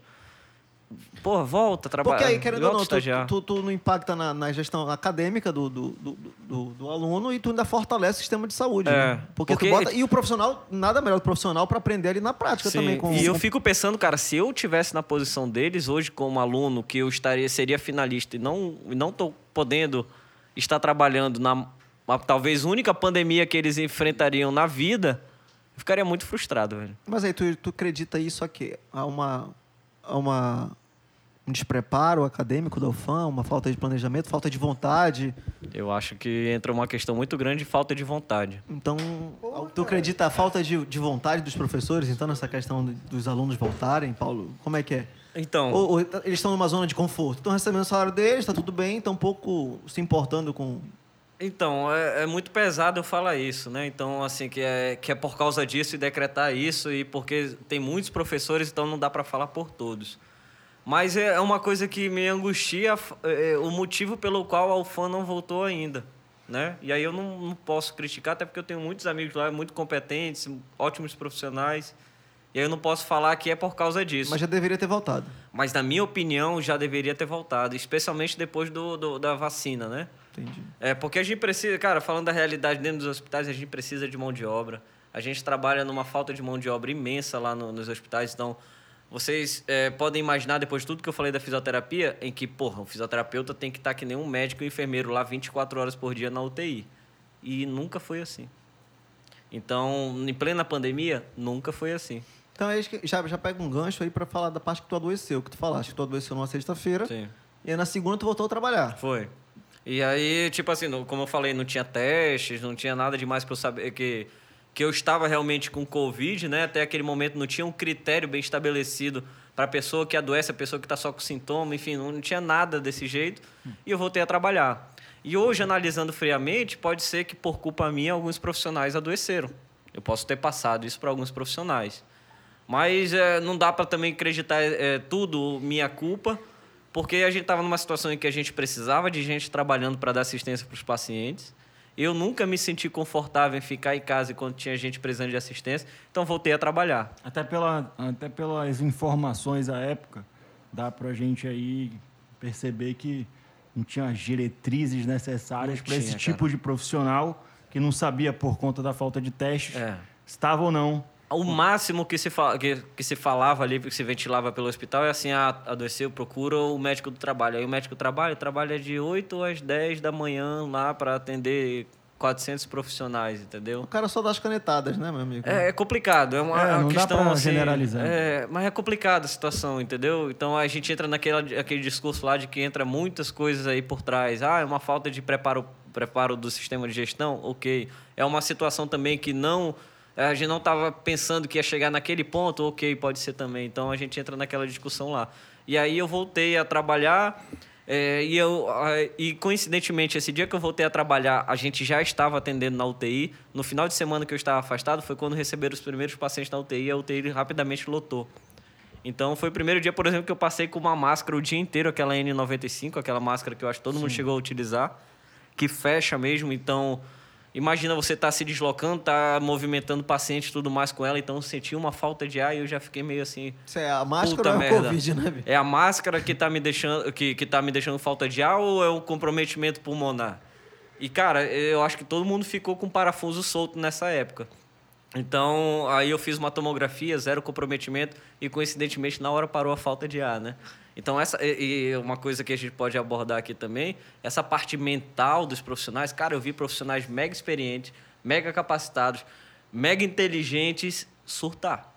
Pô, volta a trabalhar. Porque aí, querendo ou volta a não, tu, estagiar. tu, tu não impacta na, na gestão acadêmica do, do, do, do- do aluno e tu ainda fortalece o sistema de saúde. É, né? Porque, porque- tu bota... E o profissional, nada melhor que o profissional para aprender ali na prática Sim, também. Com, e eu com- fico pensando, cara, se eu tivesse na posição deles hoje como aluno, que eu estaria seria finalista e não e não tô podendo estar trabalhando na uma, talvez única pandemia que eles enfrentariam na vida, eu ficaria muito frustrado, velho. Mas aí, tu, tu acredita isso aqui? Há uma, há uma, um despreparo acadêmico da U F A M, uma falta de planejamento, falta de vontade. Eu acho que entra uma questão muito grande de falta de vontade. Então, tu acredita a falta de, de vontade dos professores, então, nessa questão de- dos alunos voltarem, Paulo? Como é que é? Então, Ou, ou eles estão numa zona de conforto? Estão recebendo o salário deles, está tudo bem, estão um pouco se importando com... Então, é, é muito pesado eu falar isso, né? Então, assim, que é, que é por causa disso e decretar isso, e porque tem muitos professores, então não dá para falar por todos. Mas é é uma coisa que me angustia, é, o motivo pelo qual a U F A M não voltou ainda, né? E aí eu não, não posso criticar, até porque eu tenho muitos amigos lá, muito competentes, ótimos profissionais, e aí eu não posso falar que é por causa disso. Mas já deveria ter voltado. Mas, na minha opinião, já deveria ter voltado, especialmente depois do, do- da vacina, né? Entendi. É, porque a gente precisa, cara, falando da realidade dentro dos hospitais, a gente precisa de mão de obra. A gente trabalha numa falta de mão de obra imensa lá no- nos hospitais. Então, vocês é, podem imaginar, depois de tudo que eu falei da fisioterapia, em que, porra, o fisioterapeuta tem que estar que nem um médico e um enfermeiro lá vinte e quatro horas por dia na U T I. E nunca foi assim. Então, em plena pandemia, nunca foi assim. Então, aí já, já pega um gancho aí para falar da parte que tu adoeceu, que tu falaste que tu adoeceu numa sexta-feira, Sim. e aí na segunda tu voltou a trabalhar. Foi. E aí, tipo assim, no- como eu falei, não tinha testes, não tinha nada demais para eu saber que, que eu estava realmente com Covid, né? Até aquele momento não tinha um critério bem estabelecido para a pessoa que adoece, a pessoa que está só com sintoma, enfim, não, não tinha nada desse jeito. E eu voltei a trabalhar. E hoje, analisando friamente, pode ser que por culpa minha alguns profissionais adoeceram. Eu posso ter passado isso para alguns profissionais. Mas é, não dá para também acreditar é, tudo minha culpa, porque a gente estava numa situação em que a gente precisava de gente trabalhando para dar assistência para os pacientes. Eu nunca me senti confortável em ficar em casa quando tinha gente precisando de assistência, então voltei a trabalhar. Até, pela, até pelas informações à época, dá pra gente aí perceber que não tinha as diretrizes necessárias Não para esse tinha, tipo cara. de profissional que não sabia, por conta da falta de testes, É. estava ou não. O máximo que se, fa- que, que se falava ali, que se ventilava pelo hospital, é assim, ah, adoeceu, procura o médico do trabalho. Aí o médico do trabalho trabalha de oito às dez da manhã lá para atender quatrocentos profissionais, entendeu? O cara só dá as canetadas, né, meu amigo? É, é complicado, é uma, É, uma não dá questão pra assim, generalizar. É, mas é complicada a situação, entendeu? Então a gente entra naquele aquele discurso lá de que entra muitas coisas aí por trás. Ah, é uma falta de preparo, preparo do sistema de gestão? Ok. É uma situação também que não... A gente não estava pensando que ia chegar naquele ponto? Ok, pode ser também. Então a gente entra naquela discussão lá. E aí eu voltei a trabalhar... É, e, eu, e, coincidentemente, esse dia que eu voltei a trabalhar, a gente já estava atendendo na U T I. No final de semana que eu estava afastado, foi quando receberam os primeiros pacientes na U T I e a U T I rapidamente lotou. Então, foi o primeiro dia, por exemplo, que eu passei com uma máscara o dia inteiro, aquela N noventa e cinco, aquela máscara que eu acho que todo Sim. mundo chegou a utilizar, que fecha mesmo. Então, imagina você estar tá se deslocando, tá movimentando o paciente e tudo mais com ela. Então, eu senti uma falta de ar e eu já fiquei meio assim... Isso é a máscara Puta ou é o merda. Covid, né, bicho? É a máscara que tá me deixando, que, que tá me deixando falta de ar ou é o comprometimento pulmonar? E, cara, eu acho que todo mundo ficou com parafuso solto nessa época. Então, aí eu fiz uma tomografia, zero comprometimento, e coincidentemente na hora parou a falta de ar, né? Então, essa e, e uma coisa que a gente pode abordar aqui também, essa parte mental dos profissionais. Cara, eu vi profissionais mega experientes, mega capacitados, mega inteligentes surtar.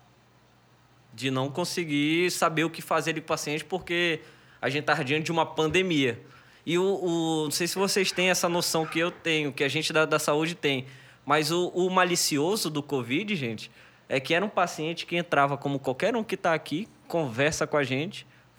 De não conseguir saber o que fazer com o paciente, porque a gente está diante de uma pandemia. E o, o, não sei se vocês têm essa noção que eu tenho, que a gente da, da saúde tem, mas o, o malicioso do Covid, gente, é que era um paciente que entrava como qualquer um que está aqui, conversa com a gente,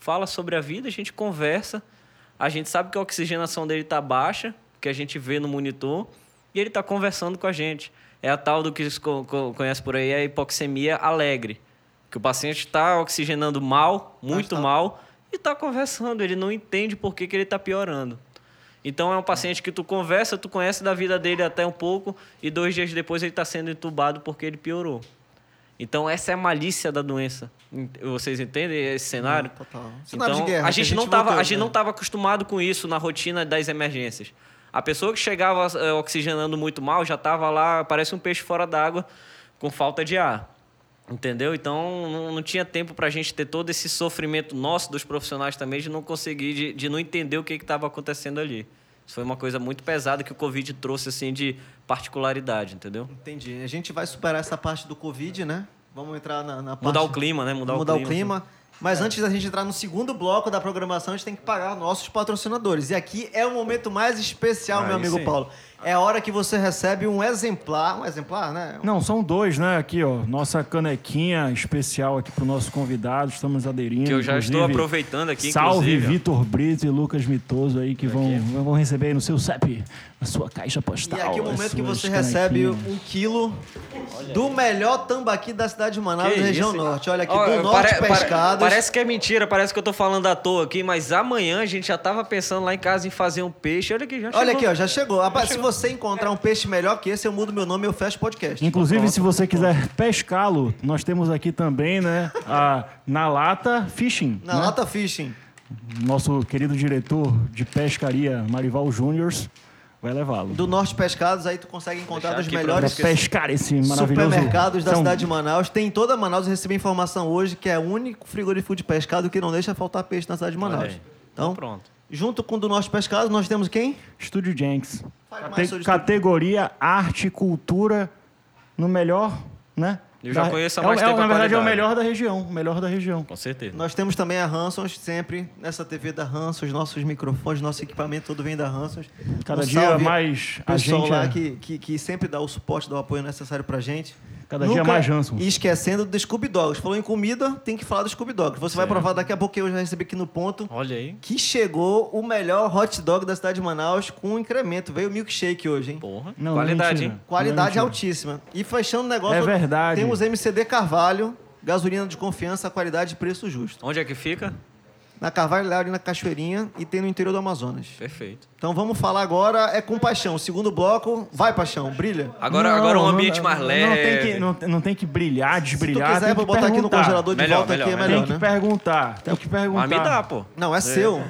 fala sobre a vida, a gente conversa, a gente sabe que a oxigenação dele está baixa, que a gente vê no monitor, e ele está conversando com a gente. É a tal do que se conhece por aí, a hipoxemia alegre, que o paciente está oxigenando mal, muito tá... mal, e está conversando, ele não entende por que, que ele está piorando. Então, é um paciente que tu conversa, tu conhece da vida dele até um pouco, e dois dias depois ele está sendo entubado porque ele piorou. Então, essa é a malícia da doença. Vocês entendem esse cenário? Não, total. Cenário então, de guerra, a gente, a gente não estava voltou, né? não estava acostumado com isso na rotina das emergências. A pessoa que chegava é, oxigenando muito mal já estava lá, parece um peixe fora d'água, com falta de ar. Entendeu? Então, não, não tinha tempo para a gente ter todo esse sofrimento nosso, dos profissionais também, de não conseguir, de, de não entender o que estava acontecendo ali. Isso foi uma coisa muito pesada que o Covid trouxe, assim, de particularidade, entendeu? Entendi. A gente vai superar essa parte do Covid, né? Vamos entrar na, na parte... Mudar o clima, né? Mudar, Mudar o clima. o clima. Mas é. antes da gente entrar no segundo bloco da programação, a gente tem que pagar nossos patrocinadores. E aqui é o momento mais especial, Aí meu amigo sim. Paulo. É a hora que você recebe um exemplar. Um exemplar, né? Não, são dois, né? Aqui, ó. Nossa canequinha especial aqui pro nosso convidado. Estamos aderindo. Que eu já inclusive, estou aproveitando aqui, salve inclusive. Vitor Brito e Lucas Mitoso aí, que vão, vão receber aí no seu C E P, na sua caixa postal. E aqui é o momento as que suas você recebe canequinhas. um quilo do melhor tambaqui da cidade de Manaus, Que da região isso? norte. Olha aqui, Ó, do Norte pare- pare- Pescados. Parece que é mentira, parece que eu tô falando à toa aqui, mas amanhã a gente já tava pensando lá em casa em fazer um peixe. Olha aqui, já chegou. Olha aqui, ó, já chegou. Rapaz, se você encontrar um peixe melhor que esse, eu mudo meu nome e eu fecho o podcast. Inclusive, Pronto. se você quiser pescá-lo, nós temos aqui também, né, a Na Lata Fishing. Na né? Lata Fishing. Nosso querido diretor de pescaria, Marival Júnior, vai levá-lo. Do Norte Pescados, aí tu consegue encontrar Deixar os aqui pra Para melhores pescar esse maravilhoso... supermercados da São- cidade de Manaus. Tem em toda Manaus. Eu recebi informação hoje que é o único frigorífico de pescado que não deixa faltar peixe na cidade de Olha Manaus. aí. Então, pronto. junto com o do Norte Pescados, nós temos quem? Estúdio Jenks. Fale mais Cate- sobre o categoria arte e cultura no melhor, né? Eu já conheço há é o- mais é o- tempo Na a verdade, é o qualidade. melhor da região. O melhor da região. Com certeza. Nós temos também a Hansons, sempre nessa T V da Hansons, nossos microfones, nosso equipamento todo vem da Hansons. Cada Um dia salve mais a pessoal gente... lá é- que, que, que sempre dá o suporte, dá o apoio necessário pra gente. Cada dia mais Hansons. E esquecendo do Scooby Dogs. Falou em comida, tem que falar do Scooby Dogs. Você vai provar daqui a pouco, que eu já recebi aqui no ponto, Olha aí. que chegou o melhor hot dog da cidade de Manaus com um incremento. Veio o milkshake hoje, hein? Porra. Não, Qualidade, não é mentira. hein? Qualidade Não é mentira. altíssima. E fechando o negócio, É verdade. temos M C D Carvalho, gasolina de confiança, qualidade e preço justo. Onde é que fica? Na Carvalho, ali na Cachoeirinha e tem no interior do Amazonas. Perfeito. Então vamos falar agora, é com Paixão. Segundo bloco, vai Paixão, brilha. Agora, Não, agora um não- ambiente não- mais não leve. tem que- Não, não tem que brilhar, Se tu desbrilhar. quiser, tem vou que botar aqui no perguntar. congelador de Melhor, volta, melhor, aqui é melhor. melhor, Tem que né? perguntar. Tem que perguntar. Mas me dá, pô. Não, é seu.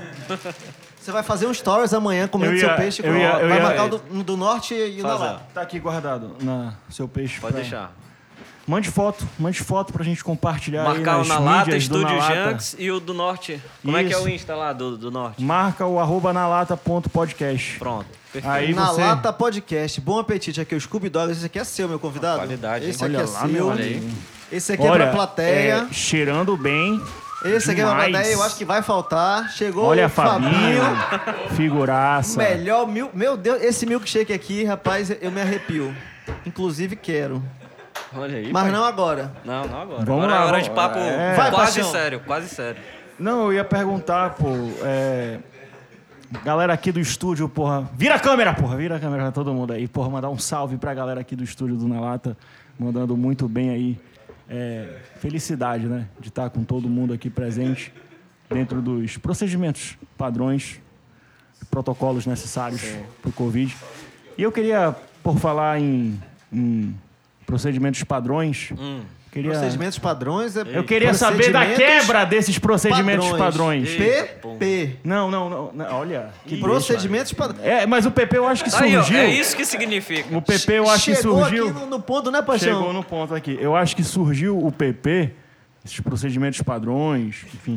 Você vai fazer um stories amanhã comendo Eu seu ia- peixe. eu com- ia- eu vai ia- marcar o do, do norte e o da Fazer. lá. Tá aqui guardado na seu peixe. Pode pra- deixar. Mande foto, mande foto pra gente compartilhar Marcar aí o nas Na Lata, mídias do Estúdio Na Lata. Janks e o do Norte. Como é que é Isso. o Insta lá do, do Norte? Marca o arroba nalata ponto podcast. Pronto. Perfeito. Aí Na você... Lata Podcast. Bom apetite. Aqui é o Scooby Dogs. Esse aqui é seu, meu convidado. Qualidade, hein? Esse aqui Olha é lá, seu. meu Olha aí. amigo. Esse aqui é Olha, pra plateia. é, cheirando bem. Esse aqui é pra demais. plateia. Eu acho que vai faltar. Chegou Olha o a Fabinho, Fabinho. figuraça. Melhor mil... Meu Deus, esse milkshake aqui, rapaz, eu me arrepio. Inclusive quero. Olha aí. Mas pai. não agora. Não, não agora. Vamos agora lá, é hora vamos- de papo é. Vai, quase Paixão. sério, quase sério. Não, eu ia perguntar, pô, é... Galera aqui do estúdio, porra. Vira a câmera, porra. Vira a câmera pra todo mundo aí. Porra, mandar um salve pra galera aqui do estúdio do Na Lata. Mandando muito bem aí. É, felicidade, né? De estar com todo mundo aqui presente. Dentro dos procedimentos padrões, protocolos necessários pro Covid. E eu queria, por falar em, em procedimentos padrões, Hum. queria... Procedimentos padrões. É Eu queria saber da procedimentos quebra desses procedimentos padrões. Ei. P P. Não, não, não, não. Olha. Que Procedimentos padrões. É, mas o P P eu acho que Tá aí, ó, surgiu. é isso que significa. O P P eu acho que Chegou surgiu. aqui no, no ponto, né, Paixão? Chegou no ponto aqui. Eu acho que surgiu o P P, esses procedimentos padrões, enfim.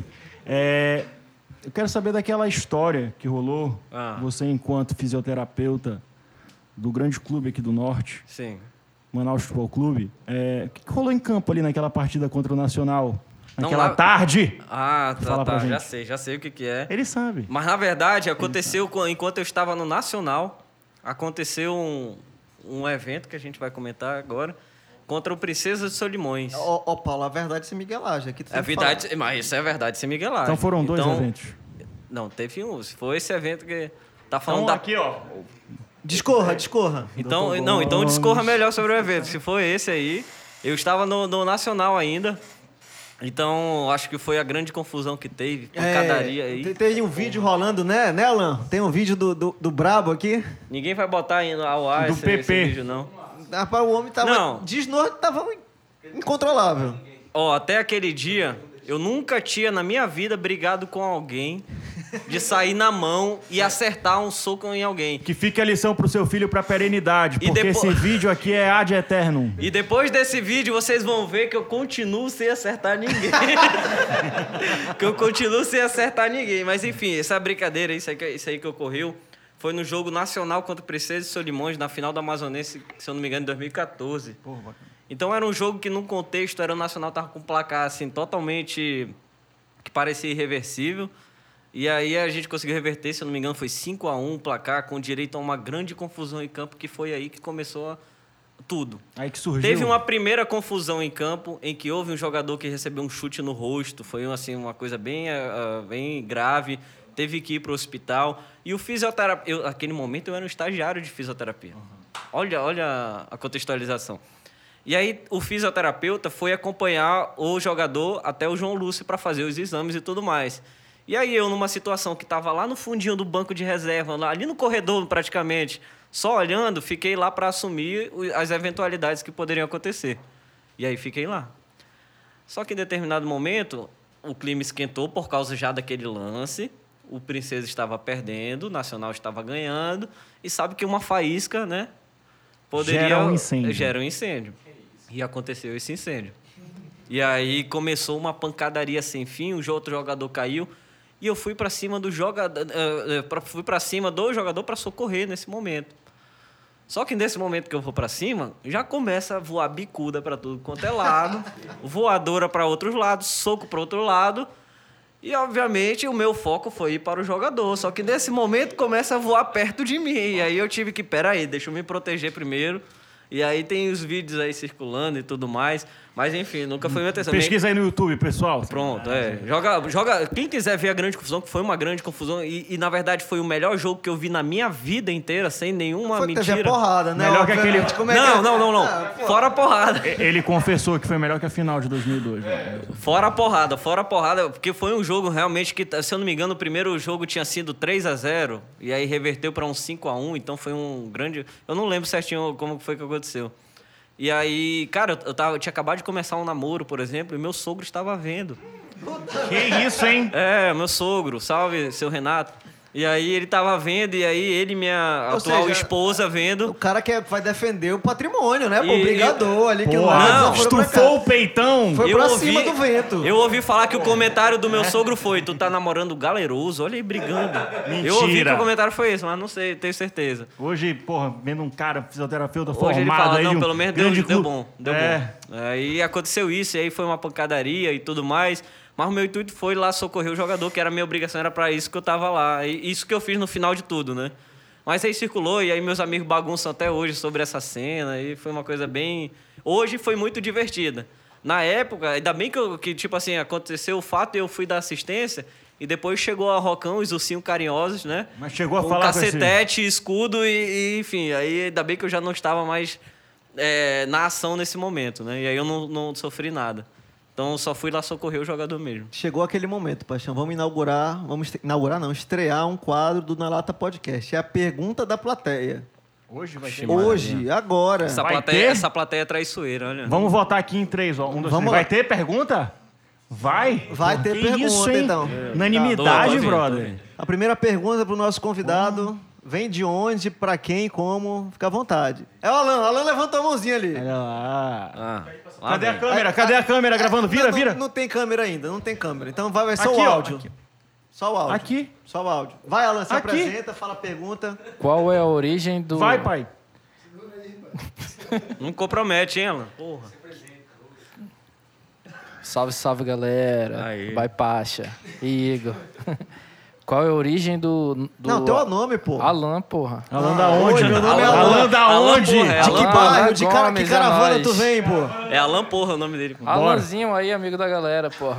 É, eu quero saber daquela história que rolou, Ah. você enquanto fisioterapeuta do grande clube aqui do Norte, Sim. Manaus Futebol Clube. É, o que que rolou em campo ali naquela partida contra o Nacional? Não, Naquela lá- tarde? Ah, tá, Fala pra tá. gente. Já sei, já sei o que, que é. Ele sabe. Mas, na verdade, aconteceu, co- enquanto eu estava no Nacional, aconteceu um, um evento que a gente vai comentar agora, contra o Princesa de Solimões. Ó, ó, Paulo, a verdade sem miguelagem. Aqui tu É tem que verdade, falar. mas isso é verdade sem miguelagem. Então foram dois Então, eventos. Não, teve um. Se foi esse evento que tá falando Então da... aqui, ó. Discorra, discorra. Então, doutor não, então Gomes. discorra melhor sobre o evento. Se foi esse aí, eu estava no, no Nacional ainda. Então, acho que foi a grande confusão que teve, pancadaria É, aí. tem- Tem um vídeo rolando, né, né, Alan? Tem um vídeo do, do, do Brabo aqui. Ninguém vai botar aí ao ar Do esse, P P. esse vídeo, não. Rapaz, o homem tava Não. desnorte, tava incontrolável. Ó, até aquele dia, eu nunca tinha na minha vida brigado com alguém de sair na mão e acertar um soco em alguém. Que fique a lição pro seu filho pra perenidade, E porque depo- esse vídeo aqui é ad eternum. E depois desse vídeo, vocês vão ver que eu continuo sem acertar ninguém. que eu continuo sem acertar ninguém. Mas enfim, essa brincadeira, isso aí, que- isso aí que ocorreu, foi no jogo nacional contra o Princesa de Solimões, na final da Amazonense, se eu não me engano, em dois mil e catorze. Então era um jogo que, num contexto, era o Nacional tava com um placar assim, totalmente que parecia irreversível. E aí a gente conseguiu reverter, se eu não me engano, foi cinco a um o placar, com direito a uma grande confusão em campo, que foi aí que começou a- tudo. Aí que surgiu. Teve uma primeira confusão em campo, em que houve um jogador que recebeu um chute no rosto, foi assim, uma coisa bem, uh, bem grave, teve que ir para o hospital. E o fisioterapeuta, naquele momento eu era um estagiário de fisioterapia. Olha, olha a contextualização. E aí o fisioterapeuta foi acompanhar o jogador até o João Lúcio para fazer os exames e tudo mais. E aí eu, numa situação que estava lá no fundinho do banco de reserva, lá- ali no corredor praticamente, só olhando, fiquei lá para assumir o- as eventualidades que poderiam acontecer. E aí fiquei lá. Só que em determinado momento, o clima esquentou por causa já daquele lance. O Princesa estava perdendo, o Nacional estava ganhando. E sabe que uma faísca, né? Poderia... Gera um incêndio. Gera um incêndio. E aconteceu esse incêndio. E aí começou uma pancadaria sem fim, o outro jogador caiu. E eu fui para cima do jogador, fui para cima do jogador para socorrer nesse momento. Só que nesse momento que eu vou para cima, já começa a voar bicuda para tudo quanto é lado, voadora para outros lados, soco para outro lado. E obviamente o meu foco foi ir para o jogador. Só que nesse momento começa a voar perto de mim. E aí eu tive que, peraí, deixa eu me proteger primeiro. E aí tem os vídeos aí circulando e tudo mais. Mas enfim, nunca foi minha atenção. Pesquisa aí no YouTube, pessoal. Pronto, é. Joga, joga. Quem quiser ver a grande confusão, que foi uma grande confusão, e, e na verdade foi o melhor jogo que eu vi na minha vida inteira, sem nenhuma Foi, mentira. teve a porrada, né? Melhor que Obviamente. aquele- Como é que Não, é? não, não, não. Ah, pô. Fora a porrada. Ele confessou que foi melhor que a final de dois mil e dois. né? Fora a porrada, fora a porrada, porque foi um jogo realmente que, se eu não me engano, o primeiro jogo tinha sido três a zero, e aí reverteu para um cinco a um, então foi um grande... Eu não lembro certinho como foi que aconteceu. E aí, cara, eu, eu, tava, eu tinha acabado de começar um namoro, por exemplo, e meu sogro estava vendo. Que isso, hein? É, meu sogro, salve, seu Renato. E aí ele tava vendo, e aí ele e minha Ou atual seja, esposa vendo. O cara que é- vai defender o patrimônio, né? Pô, E- o brigador ali que Porra, lá não, foram pra cá. estufou o peitão. Foi pra cima do vento. Eu ouvi falar que o comentário do meu sogro foi: tu tá namorando o galeroso, olha aí brigando. Mentira. Eu ouvi que o comentário foi esse, mas não sei, tenho certeza. Hoje, porra, vendo um cara fisioterapeuta Hoje ele formado fala, aí não, de um pelo menos deu, grande deu clube. bom, deu É. bom. Aí aconteceu isso, e aí foi uma pancadaria e tudo mais. Mas o meu intuito foi lá socorrer o jogador, que era a minha obrigação, era pra isso que eu tava lá. E isso que eu fiz no final de tudo, né? Mas aí circulou, e aí meus amigos bagunçam até hoje sobre essa cena, e foi uma coisa bem... Hoje foi muito divertida. Na época, ainda bem que, eu, que tipo assim, aconteceu o fato e eu fui dar assistência, e depois chegou a Rocão, os ursinhos carinhosos, né? Mas chegou a com falar com esse- cacetete, escudo, e, e, enfim, aí ainda bem que eu já não estava mais é, na ação nesse momento, né? E aí eu não, não sofri nada. Então eu só fui lá socorrer o jogador mesmo. Chegou aquele momento, Paixão. Vamos inaugurar, vamos estre- inaugurar não, estrear um quadro do Na Lata Podcast. É a pergunta da plateia. Hoje vai ter. Hoje, agora. Essa Vai plateia, ter? essa plateia é traiçoeira, olha. Vamos votar aqui em três, ó. Um, dois, Vamos três. lá. Vai ter pergunta? Vai? Vai ter Que pergunta, isso, hein? então. Unanimidade, Tô, tô vindo, tô brother. vindo. A primeira pergunta pro nosso convidado. Vem de onde, pra quem, como? Fica à vontade. É o Alan. O Alan levantou a mãozinha ali. Olha lá. Ah, lá Cadê a vem. câmera? Cadê a câmera gravando? Vira, não, não- vira. Não, tem câmera ainda, não tem câmera. Então vai, vai só Aqui, o ó, áudio. aqui. Só o áudio. Aqui. Só o áudio. Vai, Alan, se Aqui. apresenta, fala a pergunta. Qual é a origem do... Vai, pai. Não compromete, hein, Alan? Porra. Salve, salve, galera. Aí. Vai, Pacha. E Igor. Qual é a origem do... do Não, teu nome, pô. Alan, porra. Alan da onde? Oi, meu nome é Alan, Alan. Alan da Alan, onde? porra, é De que Alan, bairro? Alan De cara, que Gomes, é caravana nóis. tu vem, pô? É Alan Porra o nome dele. Pô. Alanzinho aí, amigo da galera, porra.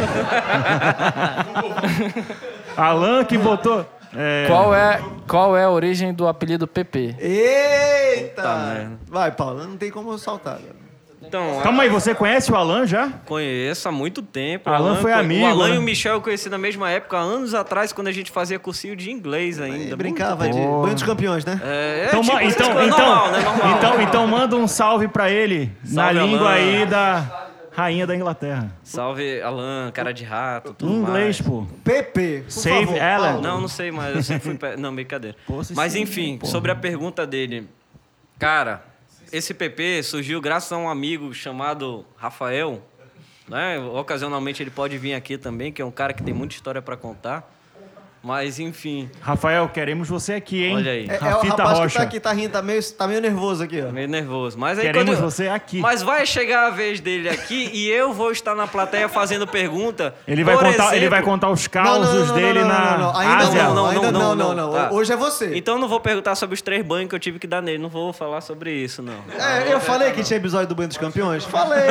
Alan que botou... É, Qual, é, qual é a origem do apelido P P? Eita! Puta merda. Vai, Paulo, não tem como saltar. Cara. Então, Calma aí, você conhece o Alan já? conheço há muito tempo. Alan foi co- amigo, O Alan né? e o Michel eu conheci na mesma época, anos atrás, quando a gente fazia cursinho de inglês ainda. E brincava Muito de Porra. banho dos campeões, né? tempo. É, é Então, tipo ma- essas então, coisas, então, normal, né? Normal. então, então manda um salve pra ele Salve, na língua Alan. aí da rainha da Inglaterra. Salve, Alan, cara de rato, tudo Em inglês, mais. pô. P P, por Save favor, Alan. Paulo. Não, não sei, mas eu sempre fui... Pe... Não, brincadeira. Pô, você Mas sim, enfim, porra. sobre a pergunta dele. Cara, esse P P surgiu graças a um amigo chamado Rafael. Né? Ocasionalmente ele pode vir aqui também, que é um cara que tem muita história pra contar. Mas, enfim, Rafael, queremos você aqui, hein? Olha aí. É, é o Rafita rapaz que Rocha. tá aqui, tá rindo, tá meio, tá meio nervoso aqui, ó. meio nervoso. Mas aí Queremos quando eu- você aqui. Mas vai chegar a vez dele aqui e eu vou estar na plateia fazendo pergunta. Ele vai, Por contar, ele exemplo- vai contar os causos dele não, na não, não, ainda Ásia. não, Não, não, ainda não, não, não, não, não. tá. Hoje é você. Então eu não vou perguntar sobre os três banhos que eu tive que dar nele. Não vou falar sobre isso, não. É, eu falei que tinha episódio do Banho dos Campeões? Falei,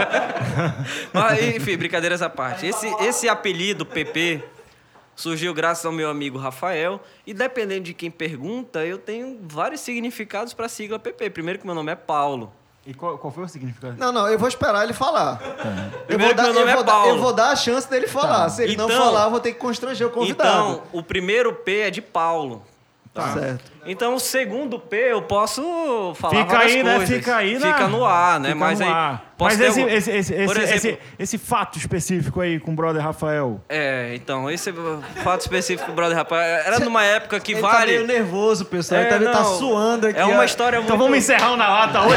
pô. Mas, enfim, brincadeiras à parte. Esse, esse apelido, P P, surgiu graças ao meu amigo Rafael. E dependendo de quem pergunta, eu tenho vários significados para a sigla P P. Primeiro que meu nome é Paulo. E qual, qual foi o significado? Não, não, eu vou esperar ele falar. Eu Primeiro vou, dar, que meu nome eu, é vou dar, Paulo. eu vou dar a chance dele falar. Se ele não Então- falar, eu vou ter que constranger o convidado. Então, o primeiro P é de Paulo. Tá certo. Então, o segundo P eu posso falar Fica várias aí, né? coisas. Fica aí, né? Fica no ar, né? Fica Mas no aí ar. posso Mas ter esse, um- esse, esse, Por esse, exemplo, esse, esse fato específico aí com o brother Rafael. é, então, esse fato específico, brother, rapaz, era numa época que Ele vale. tá meio nervoso, pessoal. É, ele tá, ele tá não, suando aqui. É uma ó. história muito. Então vamos encerrar o Na Lata hoje,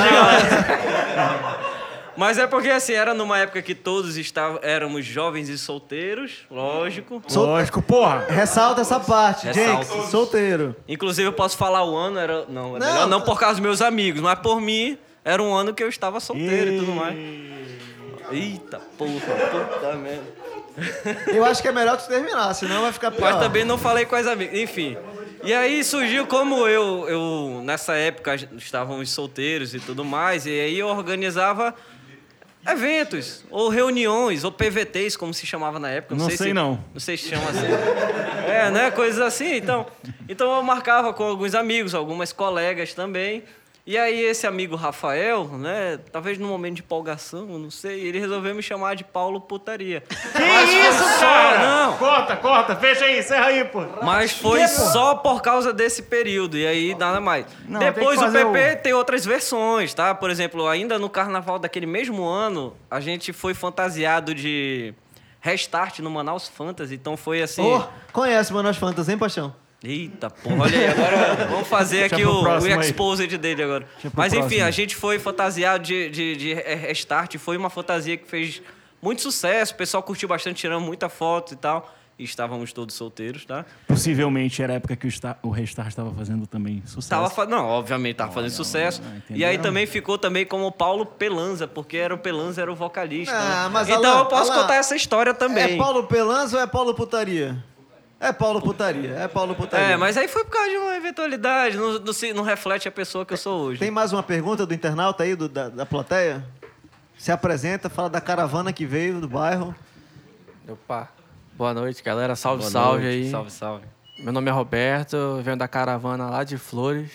galera. Mas é porque assim, era numa época que todos estavam, éramos jovens e solteiros, lógico. Sol- Lógico, porra. Ressalta essa parte, Ressalta. Jenks, solteiro. Inclusive eu posso falar o ano, era não, é Não, melhor não tá- por causa dos meus amigos, mas por mim era um ano que eu estava solteiro e tudo mais. Eita porra, puta merda. Eu acho que é melhor tu terminar, senão vai ficar pior. Mas também não falei com as amigas. Enfim. E aí surgiu como eu, eu, nessa época, estávamos solteiros e tudo mais, e aí eu organizava eventos, ou reuniões, ou P V Ts, como se chamava na época. Não sei, se, não. Não sei se chama assim. É, né? Coisas assim. Então, então eu marcava com alguns amigos, algumas colegas também. E aí esse amigo Rafael, né, talvez num momento de empolgação, não sei, ele resolveu me chamar de Paulo Putaria. Que isso, só- cara? não. Corta, corta, fecha aí, encerra aí, pô. Mas foi Que, pô? só por causa desse período, e aí nada mais. Não, Depois tem o que P fazer P tem outras versões, tá? Por exemplo, ainda no carnaval daquele mesmo ano, a gente foi fantasiado de Restart no Manaus Fantasy, então foi assim... Ô, conhece o Manaus Fantasy, hein, Paixão? Eita, porra, olha aí, agora vamos fazer Deixa aqui pro o, o próximo aí. exposed dele agora. Deixa pro Mas enfim, próximo. a gente foi fantasiado de, de, de Restart, foi uma fantasia que fez muito sucesso, o pessoal curtiu bastante, tirando muita foto e tal, e estávamos todos solteiros, tá? Possivelmente era a época que o, Star, o Restart estava fazendo também sucesso. Tava fa- Não, obviamente tava fazendo sucesso. não, E entenderam? aí também ficou também como Paulo Pelanza, porque era o Pelanza era o vocalista. Ah, né? mas Então Alan, eu posso Alan, contar essa história também. É Paulo Pelanza ou é Paulo Putaria? É Paulo Putaria, é Paulo Putaria. É, mas aí foi por causa de uma eventualidade, não, não, se- não reflete a pessoa que eu sou hoje. Tem mais uma pergunta do internauta aí, do- da, da plateia? Se apresenta, fala da caravana que veio do bairro. Opa. Boa noite, galera. Salve, Boa salve noite, aí. Salve, salve. Meu nome é Roberto, eu venho da caravana lá de Flores.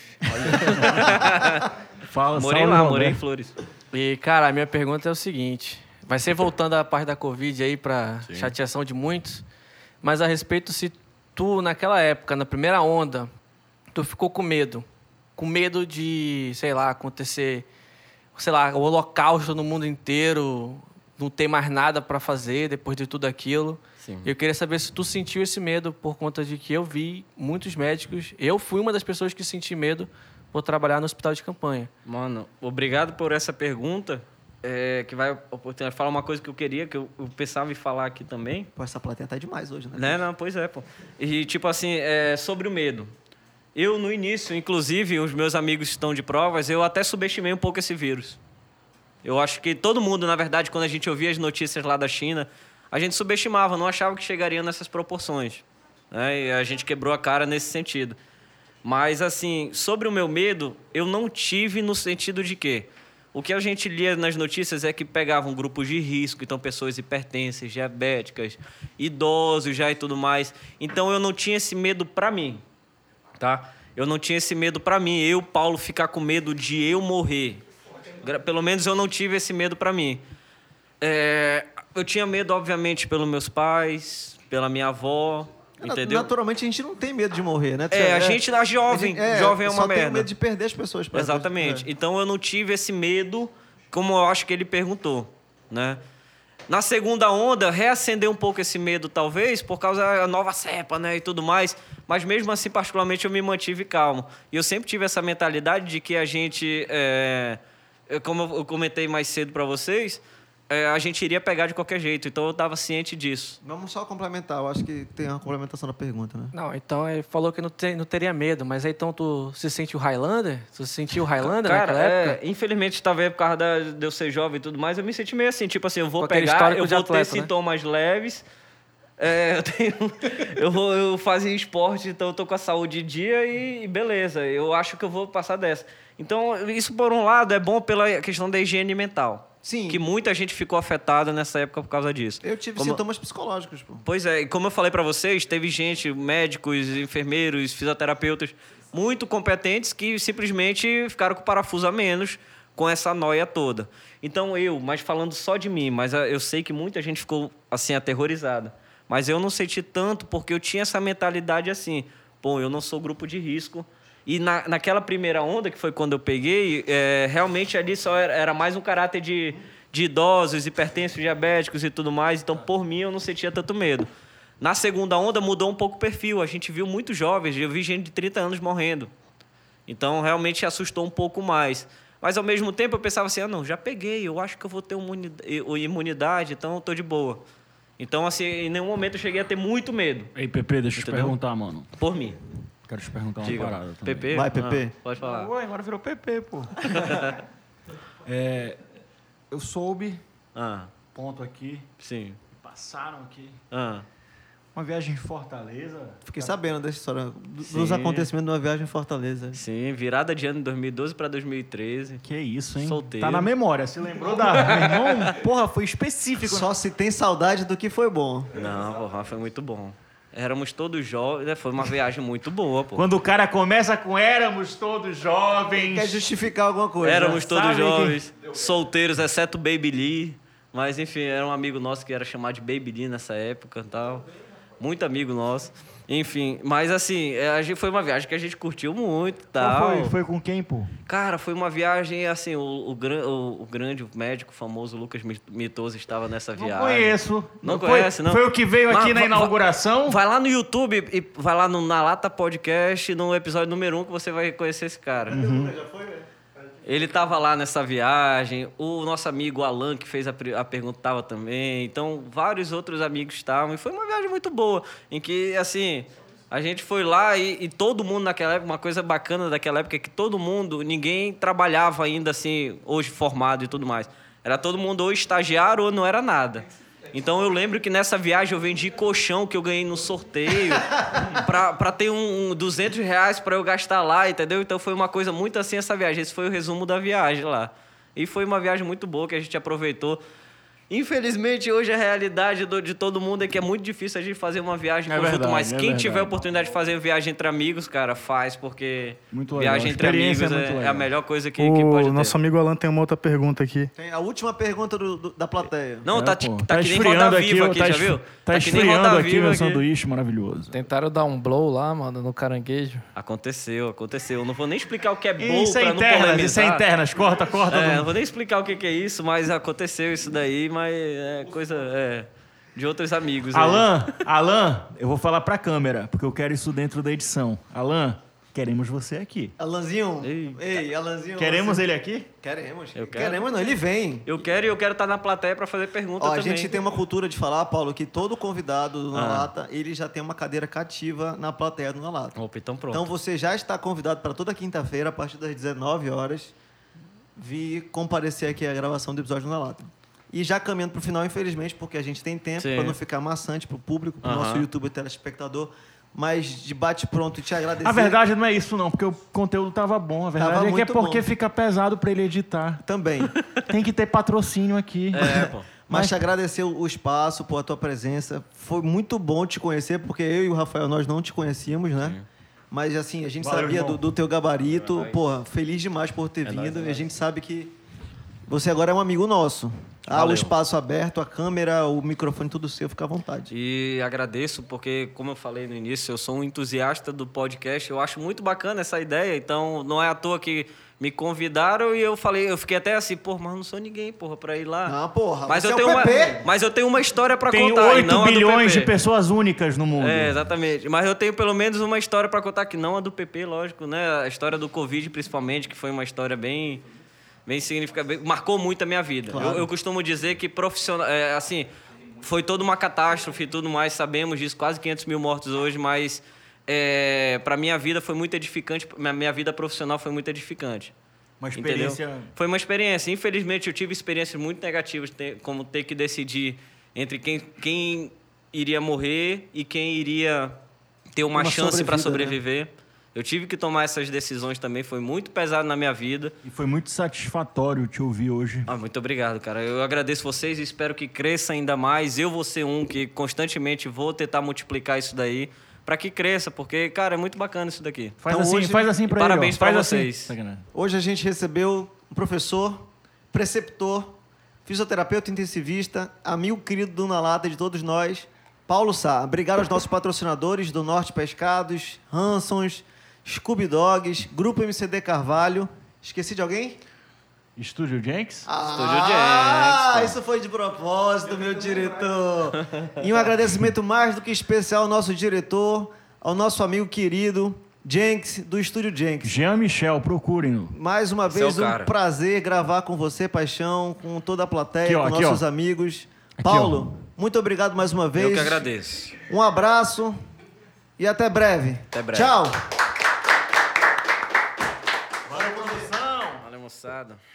Fala, Morei salve, lá, Roberto. morei em Flores. E, cara, a minha pergunta é o seguinte. Vai ser voltando à parte da Covid aí, pra chateação de muitos. Mas a respeito se tu, naquela época, na primeira onda, tu ficou com medo. Com medo de, sei lá, acontecer, sei lá, o holocausto no mundo inteiro, não ter mais nada pra fazer depois de tudo aquilo. Sim. Eu queria saber se tu sentiu esse medo por conta de que eu vi muitos médicos. Eu fui uma das pessoas que senti medo por trabalhar no hospital de campanha. Mano, obrigado por essa pergunta, é, que vai oportunidade de falar uma coisa que eu queria, que eu, eu pensava em falar aqui também. Pô, essa plateia tá demais hoje, né? Né? Não, pois é, pô. E, tipo assim, é, sobre o medo. Eu, no início, inclusive, os meus amigos estão de provas, eu até subestimei um pouco esse vírus. Eu acho que todo mundo, na verdade, quando a gente ouvia as notícias lá da China, a gente subestimava, não achava que chegaria nessas proporções. né? E a gente quebrou a cara nesse sentido. Mas, assim, sobre o meu medo, eu não tive no sentido de quê? O que a gente lia nas notícias é que pegavam grupos de risco, então pessoas hipertensas, diabéticas, idosos já e tudo mais. Então eu não tinha esse medo para mim, tá? Eu não tinha esse medo para mim. Eu, Paulo, ficar com medo de eu morrer. Pelo menos eu não tive esse medo para mim. É, eu tinha medo, obviamente, pelos meus pais, pela minha avó, entendeu? Naturalmente a gente não tem medo de morrer, né? É, a gente, a jovem, a gente, é, jovem é uma só merda. tem medo de perder as pessoas. Pra Exatamente. É. Então eu não tive esse medo, como eu acho que ele perguntou, né? Na segunda onda, reacendeu um pouco esse medo, talvez, por causa da nova cepa, né, e tudo mais. Mas mesmo assim, particularmente, eu me mantive calmo. E eu sempre tive essa mentalidade de que a gente, é, como eu comentei mais cedo para vocês, é, a gente iria pegar de qualquer jeito. Então eu estava ciente disso. Vamos só complementar. Eu acho que tem uma complementação da pergunta, né? Não, então ele falou que não, te, não teria medo, mas aí então tu se sentiu Highlander? Tu se sentiu Highlander Cara, naquela é, época? infelizmente, talvez por causa da, de eu ser jovem e tudo mais, eu me senti meio assim, tipo assim, eu vou Com aquele pegar, histórico eu de vou atleta, ter né? sintomas leves, é, eu, tenho, eu, vou, eu fazia esporte, então eu tô com a saúde em dia e, e beleza, eu acho que eu vou passar dessa. Então, isso por um lado é bom pela questão da higiene mental. Sim. Que muita gente ficou afetada nessa época por causa disso. Eu tive Como... sintomas psicológicos, pô. Pois é, e como eu falei pra vocês, teve gente, médicos, enfermeiros, fisioterapeutas, muito competentes que simplesmente ficaram com o parafuso a menos com essa noia toda. Então eu, mas falando só de mim, mas eu sei que muita gente ficou assim aterrorizada. Mas eu não senti tanto porque eu tinha essa mentalidade assim, pô, eu não sou grupo de risco. E na, naquela primeira onda, que foi quando eu peguei, é, realmente ali só era, era mais um caráter de, de idosos, hipertensos, diabéticos e tudo mais. Então, por mim, eu não sentia tanto medo. Na segunda onda, mudou um pouco o perfil. A gente viu muitos jovens, eu vi gente de trinta anos morrendo. Então, realmente assustou um pouco mais. Mas, ao mesmo tempo, eu pensava assim, ah, não, já peguei, eu acho que eu vou ter imunidade, então eu estou de boa. Então, assim, em nenhum momento eu cheguei a ter muito medo. Ei, Pepe, deixa eu te Entendeu? perguntar, mano. Por mim. Quero te perguntar uma Diga. parada também. Pepe? Vai, Pepe. Ah, pode falar. Ué, agora virou Pepe, pô. é, eu soube, Ah, ponto aqui, sim. passaram aqui, Ah, uma viagem em Fortaleza. Fiquei sabendo dessa história, do- Sim. dos acontecimentos de uma viagem em Fortaleza. sim, virada de ano de dois mil e doze para dois mil e treze. Que isso, hein? Solteiro. Tá na memória. Se lembrou da... Meu irmão, porra, foi específico. Só se tem saudade do que foi bom. Não, porra, foi muito bom. Éramos todos jovens, né? Foi uma viagem muito boa, pô. Quando o cara começa com éramos todos jovens. Quer justificar alguma coisa. Éramos todos Sabe jovens, solteiros, exceto o Baby Lee. Mas, enfim, era um amigo nosso que era chamado de Baby Lee nessa época e tal. Muito amigo nosso. Enfim, mas assim, a gente, foi uma viagem que a gente curtiu muito e tal. Qual foi? Foi com quem, pô? Cara, foi uma viagem, assim, o, o, gran- o, o grande médico famoso Lucas Mitoso estava nessa Não viagem. conheço. Não foi, conhece, não? Foi o que veio Mas aqui na va- inauguração? Vai lá no YouTube e vai lá no Na Lata Podcast, no episódio número um, que você vai conhecer esse cara. Já foi, né? Ele estava lá nessa viagem, o nosso amigo Alan, que fez a, pri- a pergunta, estava também. Então, vários outros amigos estavam. E foi uma viagem muito boa, em que, assim, a gente foi lá e, e todo mundo naquela época, uma coisa bacana daquela época é que todo mundo, ninguém trabalhava ainda, assim, hoje formado e tudo mais. Era todo mundo ou estagiário ou não era nada. Então, eu lembro que nessa viagem eu vendi colchão que eu ganhei no sorteio pra, pra ter um, um duzentos reais pra eu gastar lá, entendeu? Então, foi uma coisa muito assim essa viagem. Esse foi o resumo da viagem lá. E foi uma viagem muito boa que a gente aproveitou. Infelizmente, hoje a realidade do- de todo mundo é que é muito difícil a gente fazer uma viagem em É conjunto, verdade, mas é quem tiver a verdade. oportunidade de fazer viagem entre amigos, cara, faz, porque Muito legal. viagem A entre experiência amigos é muito é, é legal. a melhor coisa que, que O pode ter. nosso amigo Alan tem uma outra pergunta aqui. Tem a última pergunta do- do- da plateia. Não, É, tá, pô. ti- tá, que nem esfriando Roda Viva aqui, tá já esfri- viu? Tá, que nem esfriando Roda aqui Viva meu aqui. sanduíche maravilhoso. Tentaram dar um blow lá, mano, no caranguejo. Aconteceu, aconteceu. Não vou nem explicar o que é blow Isso é pra não internas, polemizar. isso é internas. Corta, corta. É, do- não vou nem explicar o que que é isso, mas aconteceu isso daí, mas é coisa é, de outros amigos. aí. Alan, Alan, eu vou falar pra câmera, porque eu quero isso dentro da edição. Alan, queremos você aqui. Alanzinho. Ei. Ei, Alanzinho. Queremos você- ele aqui? Queremos. Eu quero. Queremos, não. Ele vem. Eu quero e eu quero estar na plateia para fazer pergunta Ó, a também. gente tem uma cultura de falar, Paulo, que todo convidado do Na Ah. Lata, ele já tem uma cadeira cativa na plateia do Na Lata. Opa, então pronto. Então você já está convidado para toda quinta-feira, a partir das dezenove horas, vir comparecer aqui à gravação do episódio do Na Lata. E já caminhando para o final, infelizmente, porque a gente tem tempo Sim. para não ficar maçante para o público, para o Aham. nosso YouTube telespectador. mas de bate-pronto te agradecer. A verdade não é isso, não, porque o conteúdo tava bom. A verdade Tava é que é muito porque bom. fica pesado pra ele editar. Também. Tem que ter patrocínio aqui. É, pô. Mas te agradecer o espaço, por a tua presença. Foi muito bom te conhecer, porque eu e o Rafael, nós não te conhecíamos, né? Sim. Mas, assim, a gente Valeu, sabia do, do teu gabarito. É Porra, feliz demais por ter É vindo. nóis, é e a nóis. gente sabe que você agora é um amigo nosso. Ah, o Valeu. espaço aberto, a câmera, o microfone, tudo seu. Fica à vontade. E agradeço porque, como eu falei no início, eu sou um entusiasta do podcast. Eu acho muito bacana essa ideia. Então, não é à toa que me convidaram e eu falei, eu fiquei até assim, pô, mas não sou ninguém, porra, pra ir lá. Ah, porra, mas você eu é tenho o uma, P P. mas eu tenho uma história pra Tem contar. e oito não a do bilhões P de P. pessoas únicas no mundo. É, exatamente. Mas eu tenho pelo menos uma história pra contar que não a do P P, lógico, né? A história do Covid, principalmente, que foi uma história bem, bem significativa, marcou muito a minha vida. Claro. Eu, eu costumo dizer que profissional, é, assim, foi toda uma catástrofe e tudo mais, sabemos disso, quase quinhentos mil mortos hoje, mas é, para minha vida foi muito edificante, minha, minha vida profissional foi muito edificante. Uma Entendeu? experiência... Foi uma experiência. Infelizmente, eu tive experiências muito negativas, te- como ter que decidir entre quem, quem iria morrer e quem iria ter uma, Uma chance para sobrevida, sobreviver. Eu tive que tomar essas decisões também, foi muito pesado na minha vida. E foi muito satisfatório te ouvir hoje. Ah, muito obrigado, cara. Eu agradeço vocês e espero que cresça ainda mais. Eu vou ser um que constantemente vou tentar multiplicar isso daí para que cresça, porque, cara, é muito bacana isso daqui. Faz Então assim, hoje- faz assim pra ele, parabéns ó. pra Faz vocês. Assim. Sacanagem. Hoje a gente recebeu um professor, preceptor, fisioterapeuta intensivista, amigo querido do Na Lata de todos nós, Paulo Sá. Obrigado aos nossos patrocinadores do Norte Pescados, Hansons, Scooby Dogs, Grupo M C D Carvalho. Esqueci de alguém? Estúdio Jenks? Ah, Jenks, pô. isso foi de propósito, meu diretor. E um agradecimento mais do que especial ao nosso diretor, ao nosso amigo querido, Jenks, do Estúdio Jenks. Jean Michel, procurem-no. Mais uma Esse é vez, o um cara. prazer gravar com você, Paixão, com toda a plateia, Aqui, ó, com aqui, nossos ó. amigos. Aqui, Paulo, muito obrigado mais uma vez. Eu que agradeço. Um abraço e até breve. Até breve. Tchau. Valeu, moçada.